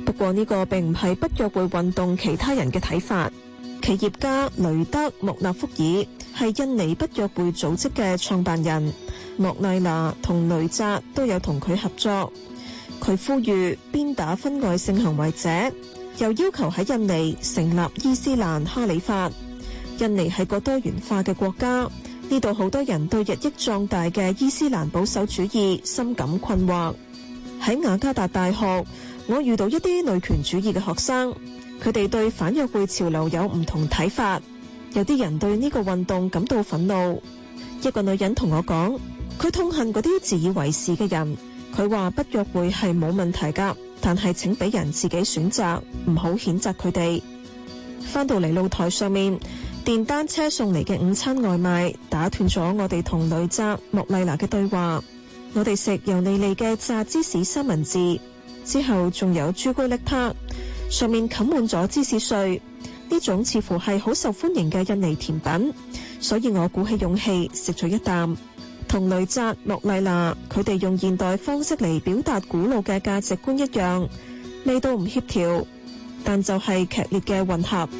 不過呢個並唔係不約會運動其他人嘅睇法。企業家雷德穆納福爾係印尼不約會組織嘅創辦人，莫麗娜同雷澤都有同佢合作。佢呼籲鞭打婚外性行為者，又要求喺印尼成立伊斯蘭哈里發。印尼係個多元化嘅國家，呢度好多人對日益壯大嘅伊斯蘭保守主義深感困惑。喺雅加達大學，我遇到一啲女權主義嘅學生，佢哋對反約會潮流有唔同睇法。有啲人對呢個運動感到憤怒。一個女人同我講，佢痛恨嗰啲自以為是嘅人。佢話不約會係冇問題㗎，但係請俾人自己選擇，唔好譴責佢哋。返到嚟露台上面，電單車送嚟嘅午餐外賣打斷咗我哋同女宅莫麗娜嘅對話。我哋食油膩膩嘅炸芝士三文治，之後仲有朱古力撻，上面冚滿咗芝士碎。呢種似乎係好受歡迎嘅印尼甜品，所以我鼓起勇氣食咗一啖。同雷澤莫麗娜佢哋用現代方式嚟表達古老嘅價值觀一樣，味道唔協調，但就係劇烈嘅混合。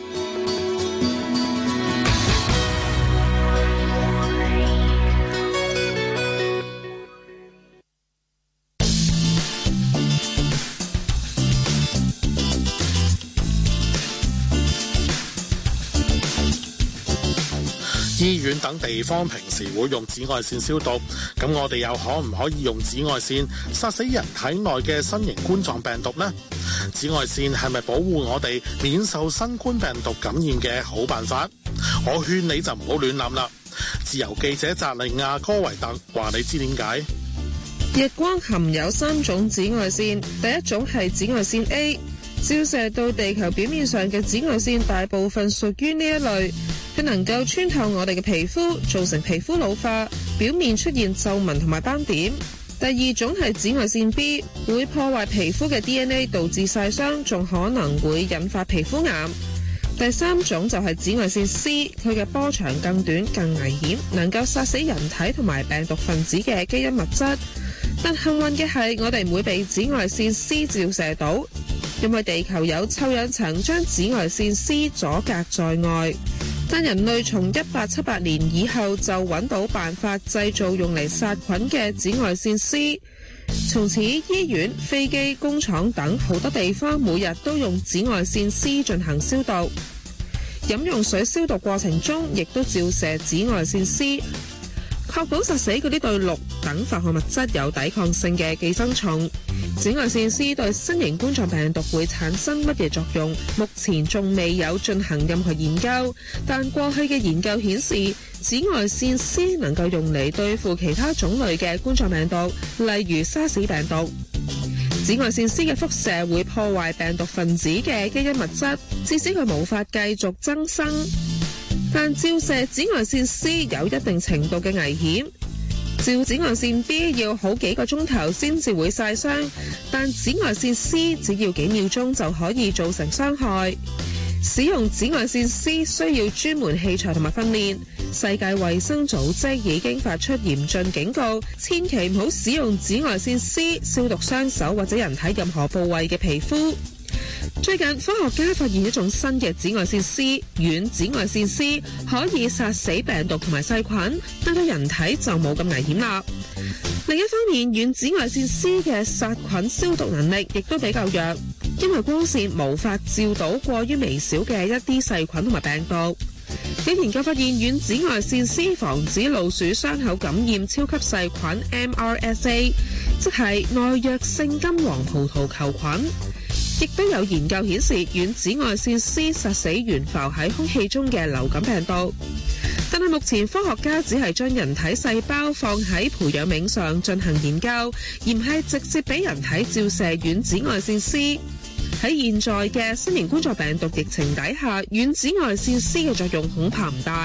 醫院等地方平時會用紫外線消毒，咁我哋又可唔可以用紫外線殺死人體內嘅新型冠狀病毒呢？紫外線係咪保護我哋免受新冠病毒感染嘅好辦法？我勸你就唔好亂諗啦。自由記者扎利亞科維特話：你知點解？ 日光含有三種紫外線，第一種係紫外線 A， 照射到地球表面上嘅紫外線大部分屬於呢一類。佢能夠穿透我哋嘅皮膚，造成皮膚老化，表面出現皺紋同埋斑點。第二種係紫外線 B， 會破壞皮膚嘅 D N A， 導致曬傷，仲可能會引發皮膚癌。第三種就係紫外線 C， 佢嘅波長更短、更危險，能夠殺死人體同埋病毒分子嘅基因物質。但幸運嘅係，我哋唔會被紫外線 C 照射到，因為地球有臭氧層將紫外線 C 阻隔在外。但人類從一八七八年以後就揾到辦法製造用嚟殺菌嘅紫外線 C， 從此醫院、飛機、工廠等好多地方每日都用紫外線 C 進行消毒。飲用水消毒過程中亦都照射紫外線 C， 確保殺死嗰啲對氯等化學物質有抵抗性嘅寄生蟲。紫外線 C 對新型冠狀病毒會產生乜嘢作用？目前仲未有進行任何研究，但過去嘅研究顯示，紫外線 C 能夠用嚟對付其他種類嘅冠狀病毒，例如沙士病毒。紫外線 C 嘅輻射會破壞病毒分子嘅基因物質，致使佢無法繼續增生。但照射紫外線 C 有一定程度嘅危險。照紫外線 B 要好幾個鐘頭先至會曬傷，但紫外線 C 只要幾秒鐘就可以造成傷害。使用紫外線 C 需要專門器材同埋訓練。世界衛生組織已經發出嚴峻警告，千祈唔好使用紫外線 C 消毒雙手或者人體任何部位嘅皮膚。最近科學家發現一種新嘅紫外線 C， 遠紫外線 C 可以殺死病毒同埋細菌，但對人體就冇咁危險啦。另一方面，遠紫外線 C 嘅殺菌消毒能力亦都比較弱，因為光線無法照到過於微小嘅一啲細菌同埋病毒。有研究發現，遠紫外線 C 防止老鼠傷口感染超級細菌 M R S A， 即係耐藥性金黃葡萄球菌。亦都有研究顯示，遠紫外線 C 殺死懸浮喺空氣中嘅流感病毒。但係目前科學家只係將人體細胞放喺培養皿上進行研究，而唔係直接俾人體照射遠紫外線 C。喺現在嘅新型冠狀病毒疫情底下，遠紫外線 C 嘅作用恐怕唔大。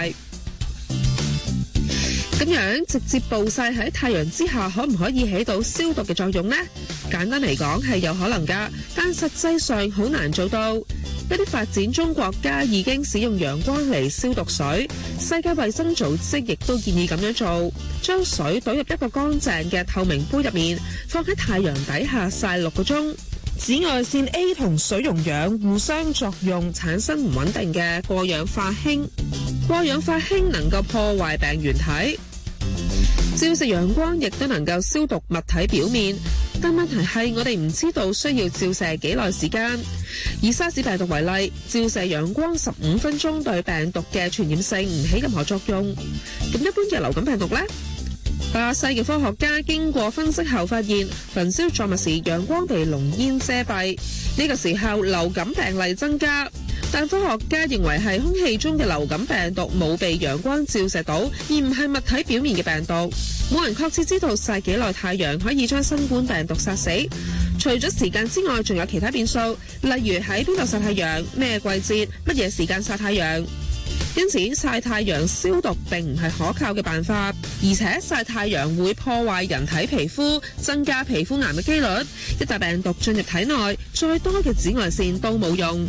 咁樣直接暴曬喺太陽之下，可唔可以起到消毒嘅作用呢？簡單嚟講係有可能㗎，但實際上好難做到。一啲發展中國家已經使用陽光嚟消毒水，世界衛生組織亦都建議咁樣做，將水倒入一個乾淨嘅透明杯入面，放喺太陽底下曬六個鐘。 紫外線 A 同水溶氧互相作用，產生唔穩定嘅過氧化氫。過氧化氫能夠破壞病原體。照射陽光亦都能夠消毒物體表面，但問題係我哋唔知道需要照射幾耐時間。以沙士病毒為例，照射陽光十五分鐘對病毒嘅傳染性唔起任何作用。咁一般嘅流感病毒呢？巴西嘅科學家經過分析後發現，焚燒作物時陽光被濃煙遮蔽，呢個時候流感病例增加。但科學家認為係空氣中嘅流感病毒冇被陽光照射到，而唔係物體表面嘅病毒。冇人確切知道曬幾耐太陽可以將新冠病毒殺死。除咗時間之外，仲有其他變數，例如喺邊度曬太陽、咩季節、乜嘢時間曬太陽。因此，曬太陽消毒並唔係可靠嘅辦法，而且曬太陽會破壞人體皮膚，增加皮膚癌嘅機率。一旦病毒進入體內，再多嘅紫外線都冇用。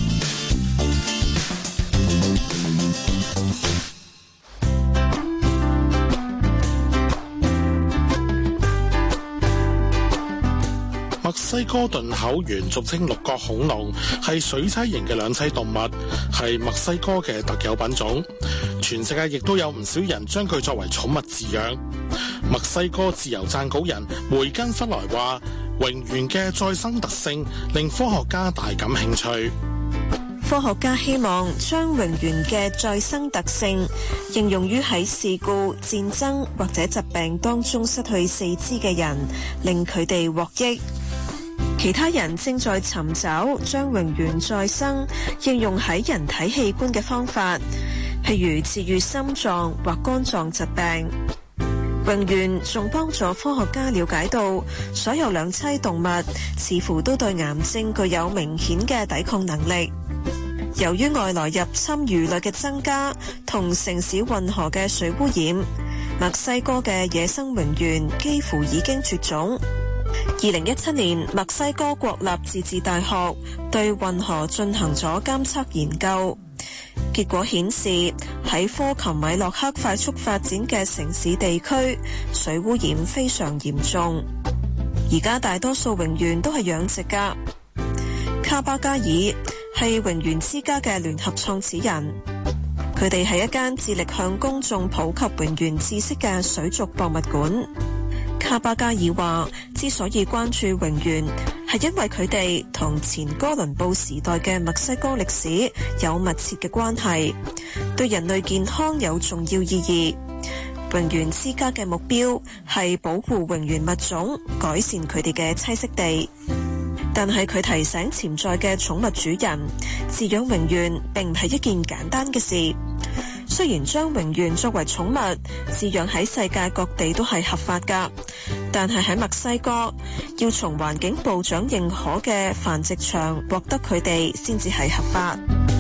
墨西哥鈍口猿俗稱六角恐龍，係水棲型嘅兩棲動物，係墨西哥嘅特有品種。全世界亦都有唔少人將佢作為寵物飼養。墨西哥自由撰稿人梅根弗萊話，蠑螈嘅再生特性令科學家大感興趣。 科學家希望將蠑螈嘅再生特性應用於喺事故、戰爭或者疾病當中失去四肢嘅人，令佢哋獲益。其他人正在尋找將蠑螈再生應用喺人體器官嘅方法，譬如治癒心臟或肝臟疾病。蠑螈仲幫助科學家了解到，所有兩棲動物似乎都對癌症具有明顯嘅抵抗能力。由於外來入侵魚類嘅增加同城市運河嘅水污染，墨西哥嘅野生蠑螈幾乎已經絕種。二零一七年，墨西哥國立自治大學對運河進行咗監測研究，結果顯示喺科琴米洛克快速發展嘅城市地區，水污染非常嚴重。而家大多數蠑螈都係養殖㗎。卡巴加爾係蠑螈之家嘅聯合創始人，佢哋係一間致力向公眾普及蠑螈知識嘅水族博物館。卡巴加爾話，之所以關注蠑螈，係因為佢哋同前哥倫布時代嘅墨西哥歷史有密切嘅關係，對人類健康有重要意義。蠑螈之家嘅目標係保護蠑螈物種，改善佢哋嘅棲息地。但係佢提醒潛在嘅寵物主人，飼養蠑螈並唔係一件簡單嘅事。雖然將蠑螈作為寵物飼養喺世界各地都係合法㗎，但係喺墨西哥要從環境部長認可嘅繁殖場獲得佢哋先至係合法。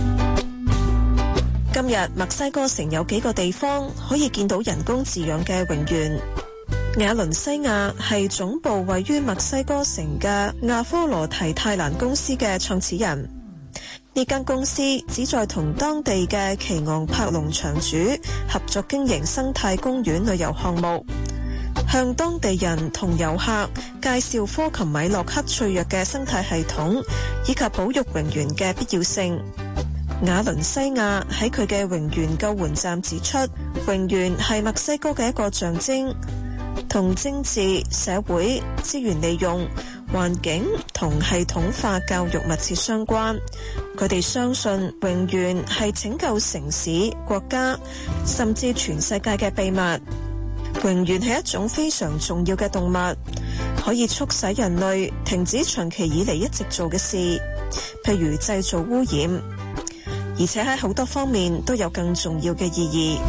今日墨西哥城有幾個地方可以見到人工飼養嘅蠑螈。亞倫西亞係總部位於墨西哥城嘅亞科羅提泰蘭公司嘅創始人。呢間公司旨在同當地嘅奇昂柏農場主合作經營生態公園旅遊項目，向當地人同遊客介紹科琴米洛克脆弱嘅生態系統以及保育蠑螈嘅必要性。亞倫西亞喺佢嘅蠑螈救援站指出，蠑螈係墨西哥嘅一個象徵，同政治、社會、資源利用、環境同系統化教育密切相關。佢哋相信蠑螈係拯救城市、國家甚至全世界嘅秘密。蠑螈係一種非常重要嘅動物，可以促使人類停止長期以嚟一直做嘅事，譬如製造污染，而且喺好多方面都有更重要嘅意義。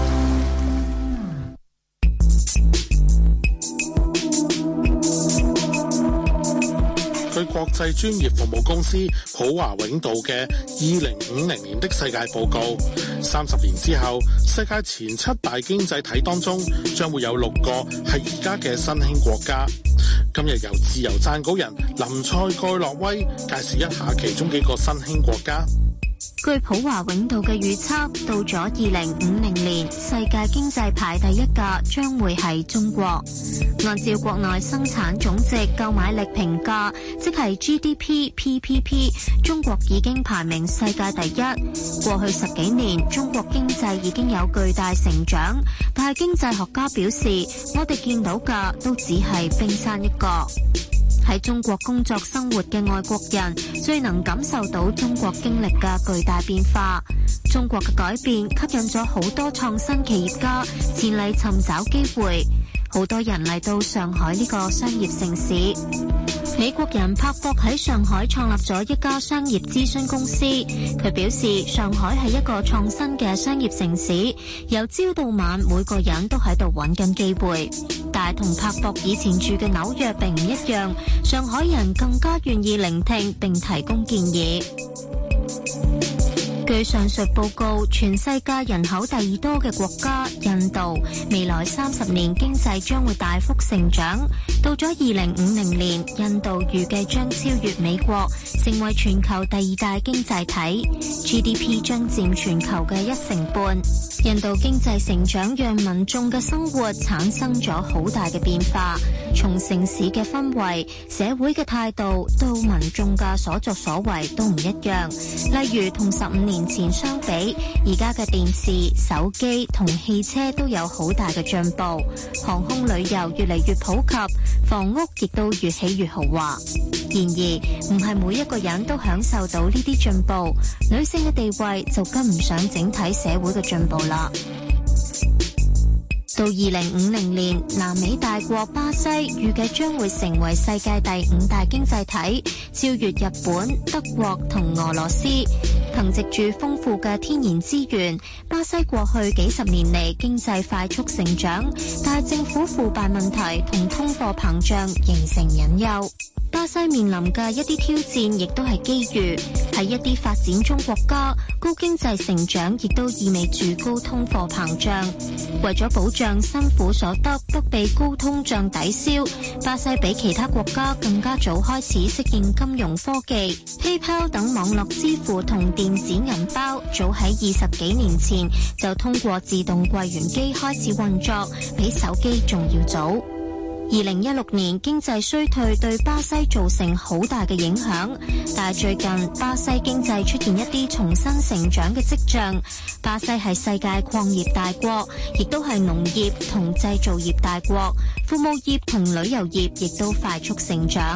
據國際專業服務公司普華永道嘅二零五零年的世界報告，三十年之後，世界前七大經濟體當中將會有六個係而家嘅新興國家。今日由自由撰稿人林賽蓋洛威介紹一下其中幾個新興國家。 據普華永道嘅預測，到咗二零五零年，世界經濟排第一嘅將會係中國。按照國內生產總值購買力評價，即係 G D P、P P P， 中國已經排名世界第一。過去十幾年，中國經濟已經有巨大成長，但係經濟學家表示，我哋見到嘅都只係冰山一角。喺中國工作生活嘅外國人最能感受到中國經歷嘅巨大變化。中國嘅改變吸引咗好多創新企業家前嚟尋找機會，好多人嚟到上海呢個商業城市。美國人柏博喺上海創立咗一家商業諮詢公司，佢表示上海係一個創新嘅商業城市，由朝到晚每個人都喺度揾緊機會。但係同柏博以前住嘅紐約並唔一樣，上海人更加願意聆聽並提供建議。據上述報告，全世界人口第二多嘅國家印度，未來三十年經濟將會大幅成長。到咗二零五零年，印度預計將超越美國，成為全球第二大經濟體 ，G D P 將佔全球嘅一成半。印度經濟成長讓民眾嘅生活產生咗好大嘅變化，從城市嘅氛圍、社會嘅態度到民眾嘅所作所為都唔一樣。例如同十五年前相比，而家嘅電視、手機同汽車都有好大嘅進步，航空旅遊越嚟越普及，房屋亦都越起越豪華。然而，唔係每一個人都享受到呢啲進步，女性嘅地位就跟唔上整體社會嘅進步啦。到二零五零年，南美大國巴西預計將會成為世界第五大經濟體，超越日本、德國同俄羅斯。憑藉住豐富嘅天然資源，巴西過去幾十年嚟經濟快速成長，但係政府腐敗問題同通貨膨脹形成隱憂。巴西面臨嘅一啲挑戰亦都係機遇，喺一啲發展中國家，高經濟成長亦都意味住高通貨膨脹。為咗保障辛苦所得不被高通脹抵消，巴西比其他國家更加早開始適應金融科技 ，PayPal 等網絡支付同電子銀包，早喺二十幾年前就通過自動櫃員機開始運作，比手機仲要早。二零一六年經濟衰退對巴西造成好大嘅影響，但係最近巴西經濟出現一啲重新成長嘅跡象。巴西係世界礦業大國，亦都係農業同製造業大國，服務業同旅遊業亦都快速成長。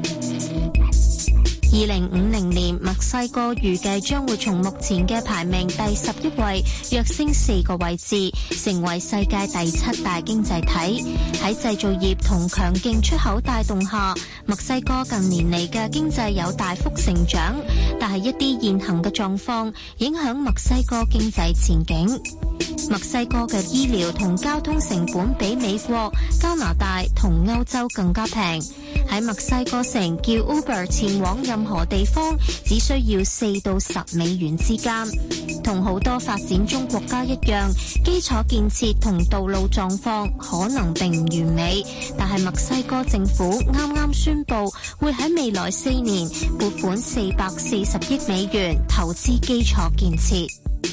二零五零年，墨西哥預計將會從目前嘅排名第十一位躍升四個位置，成為世界第七大經濟體。喺製造業同強勁出口帶動下，墨西哥近年嚟嘅經濟有大幅成長，但係一啲現行嘅狀況影響墨西哥經濟前景。墨西哥嘅醫療同交通成本比美國、加拿大同歐洲更加平。喺墨西哥城叫 Uber 前往任何地方，只需要四到十美元之間。同好多發展中國家一樣，基礎建設同道路狀況可能並唔完美，但係墨西哥政府啱啱宣布會喺未來四年撥款四百四十億美元投資基礎建設。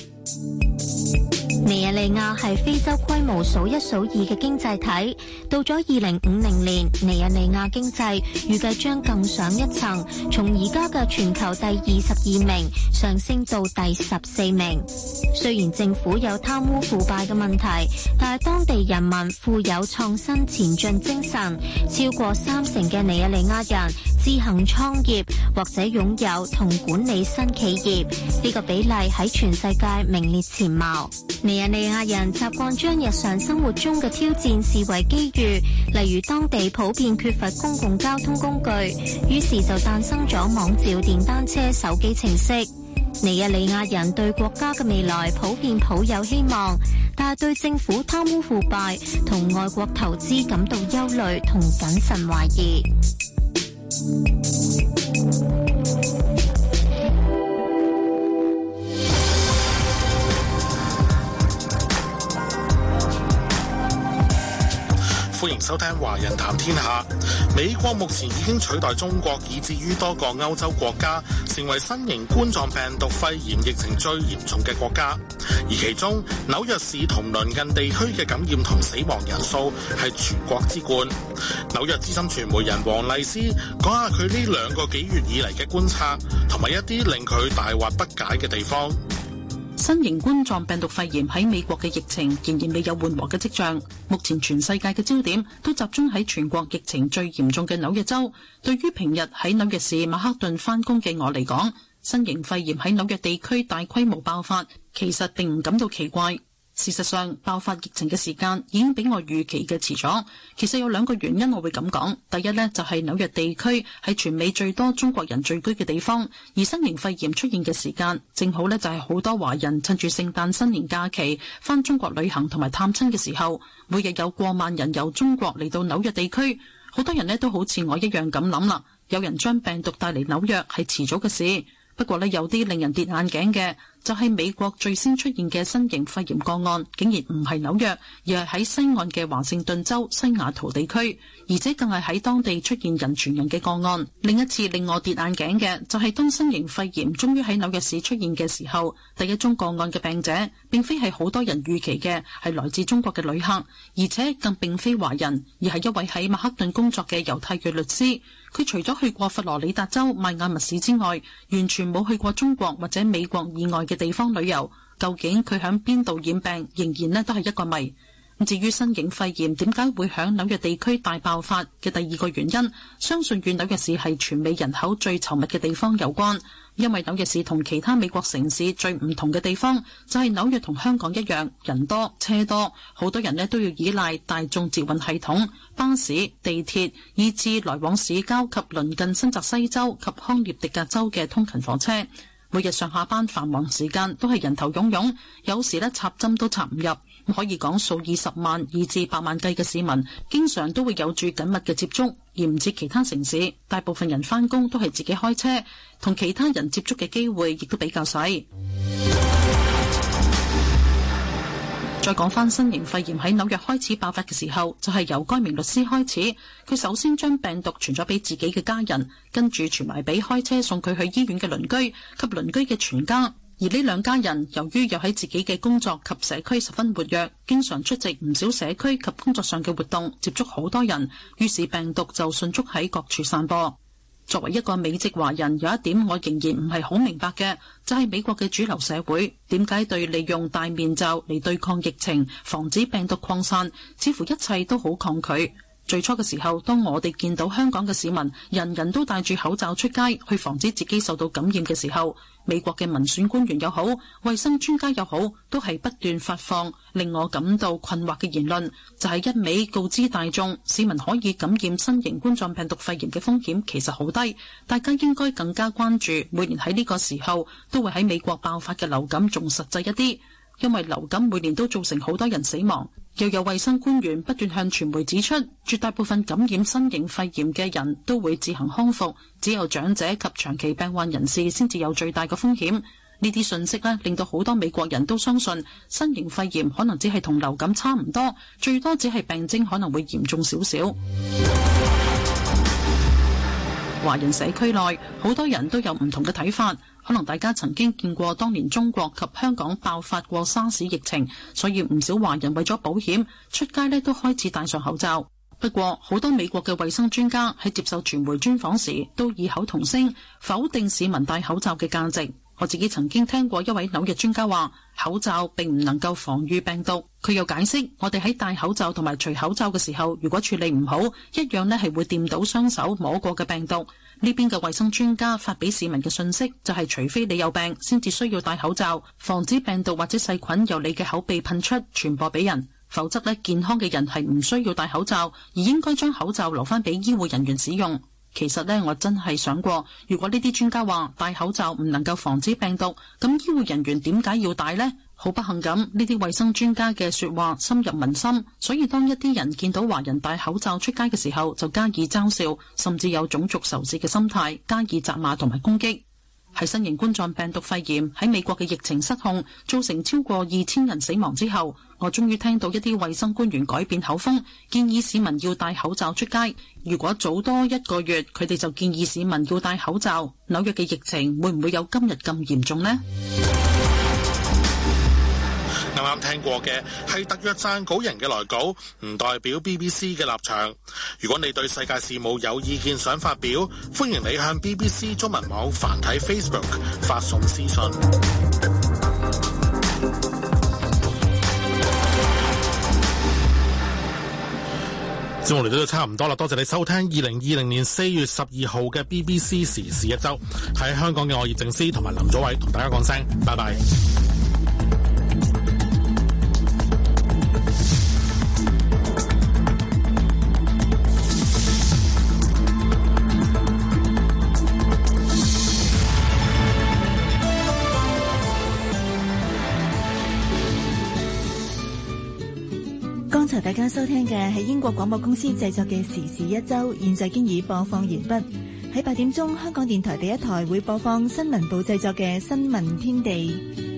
尼日利亞係非洲規模數一數二嘅經濟體，到咗二零五零年，尼日利亞經濟預計將更上一層，從而家嘅全球第二十二名上升到第十四名。雖然政府有貪污腐敗嘅問題，但係當地人民富有創新前進精神，超過三成嘅尼日利亞人自行創業或者擁有同管理新企業，呢個比例喺全世界名列前茅。尼日利亞人習慣將日常生活中嘅挑戰視為機遇，例如當地普遍缺乏公共交通工具，於是就誕生咗網召電單車手機程式。尼日利亞人對國家嘅未來普遍抱有希望，但係對政府貪污腐敗同外國投資感到憂慮同謹慎懷疑。 歡迎收聽《華人談天下》。美國目前已經取代中國，以至於多個歐洲國家，成為新型冠狀病毒肺炎疫情最嚴重嘅國家。而其中紐約市同鄰近地區嘅感染同死亡人數係全國之冠。紐約資深傳媒人黃麗斯講下佢呢兩個幾月以嚟嘅觀察，同埋一啲令佢大惑不解嘅地方。 新型冠狀病毒肺炎喺美國嘅疫情仍然未有緩和嘅跡象，目前全世界嘅焦點都集中喺全國疫情最嚴重嘅紐約州。對於平日喺紐約市曼克頓返工嘅我嚟講，新型肺炎喺紐約地區大規模爆發，其實並唔感到奇怪。事實上，爆發疫情嘅時間已經比我預期嘅遲咗。其實有兩個原因我會咁講。第一呢，就係紐約地區係全美最多中國人聚居嘅地方，而新型肺炎出現嘅時間正好呢，就係好多華人趁住聖誕新年假期返中國旅行同埋探親嘅時候，每日有過萬人由中國嚟到紐約地區。好多人呢都好似我一樣咁諗啦，有人將病毒帶嚟紐約係遲早嘅事。不過呢，有啲令人跌眼鏡嘅就係美國最先出現嘅新型肺炎個案，竟然唔係紐約，而係喺西岸嘅華盛頓州西雅圖地區，而且更係喺當地出現人傳人嘅個案。另一次令我跌眼鏡嘅就係當新型肺炎終於喺紐約市出現嘅時候，第一宗個案嘅病者並非係好多人預期嘅係來自中國嘅旅客，而且更並非華人，而係一位喺曼克頓工作嘅猶太裔律師。佢除咗去過佛羅里達州邁阿密市之外，完全冇去過中國或者美國以外嘅地方旅遊。究竟佢響邊度染病，仍然呢都係一個謎。至於新型肺炎點解會響紐約地區大爆發嘅第二個原因，相信與紐約市係全美人口最稠密嘅地方有關。因為紐約市同其他美國城市最唔同嘅地方，就係紐約同香港一樣，人多車多，好多人呢都要依賴大眾捷運系統、巴士、地鐵，以至來往市郊及鄰近新澤西州及康涅狄格州嘅通勤火車。每日上下班繁忙時間都係人頭湧湧，有時呢插針都插唔入。可以講數以十萬以至百萬計嘅市民，經常都會有住緊密嘅接觸，而唔似其他城市，大部分人返工都係自己開車，同其他人接觸嘅機會亦都比較細。再講返新型肺炎喺紐約開始爆發嘅時候，就係由該名律師開始。佢首先將病毒傳咗俾自己嘅家人，跟住傳埋俾開車送佢去醫院嘅鄰居及鄰居嘅全家。而呢兩家人由於又喺自己嘅工作及社區十分活躍，經常出席唔少社區及工作上嘅活動，接觸好多人，於是病毒就迅速喺各處散播。作為一個美籍華人，有一點我仍然唔係好明白嘅，就係美國嘅主流社會點解對利用戴面罩嚟對抗疫情、防止病毒擴散，似乎一切都好抗拒。最初嘅時候，當我哋見到香港嘅市民人人都戴住口罩出街去防止自己受到感染嘅時候，美國嘅民選官員又好，衛生專家又好，都係不斷發放令我感到困惑嘅言論，就係一味告知大眾市民可以感染新型冠狀病毒肺炎嘅風險其實好低，大家應該更加關注每年喺呢個時候都會喺美國爆發嘅流感仲實際一啲，因為流感每年都造成好多人死亡。又有衛生官員不斷向傳媒指出，絕大部分感染新型肺炎嘅人都會自行康復，只有長者及長期病患人士先至有最大嘅風險。呢啲信息呢，令到好多美國人都相信新型肺炎可能只係同流感差唔多，最多只係病徵可能會嚴重少少。華人社區內好多人都有唔同嘅睇法。可能大家曾經見過當年中國及香港爆發過沙士疫情，所以唔少華人為咗保險出街呢都開始戴上口罩。不過好多美國嘅衛生專家喺接受傳媒專訪時都異口同聲否定市民戴口罩嘅價值。我自己曾經聽過一位紐約專家話，口罩並唔能夠防禦病毒。佢又解釋，我哋喺戴口罩同埋除口罩嘅時候，如果處理唔好，一樣呢係會掂到雙手摸過嘅病毒。呢邊嘅衛生專家發俾市民嘅信息就係，除非你有病先至需要戴口罩，防止病毒或者細菌由你嘅口鼻噴出傳播俾人，否則呢，健康嘅人係唔需要戴口罩，而應該將口罩留翻俾醫護人員使用。其實呢，我真係想過，如果呢啲專家話戴口罩唔能夠防止病毒，咁醫護人員點解要戴呢？好不幸咁，呢啲衛生專家嘅說話深入民心，所以當一啲人見到華人戴口罩出街嘅時候，就加以嘲笑，甚至有種族仇視嘅心態，加以責罵同埋攻擊。 喺新型冠狀病毒肺炎喺美國嘅疫情失控，造成超過二千人死亡之後，我終於聽到一啲衛生官員改變口風，建議市民要戴口罩出街。如果早多一個月，佢哋就建議市民要戴口罩，紐約嘅疫情會唔會有今日咁嚴重呢？ 啱啱聽過嘅係特約撰稿人嘅來稿，唔代表 B B C 嘅立場。如果你對世界事務有意見想發表，歡迎你向 B B C 中文網繁體 Facebook 發送私信。節目嚟到都差唔多啦，多謝你收聽二零二零年四月十二號嘅 B B C 時事一周。喺香港嘅我葉正思同埋林祖偉同大家講聲拜拜。 剛才大家收聽嘅係英國廣播公司製作嘅時事一周，現在經已播放完畢。喺八點鐘，香港電台第一台會播放新聞部製作嘅新聞天地。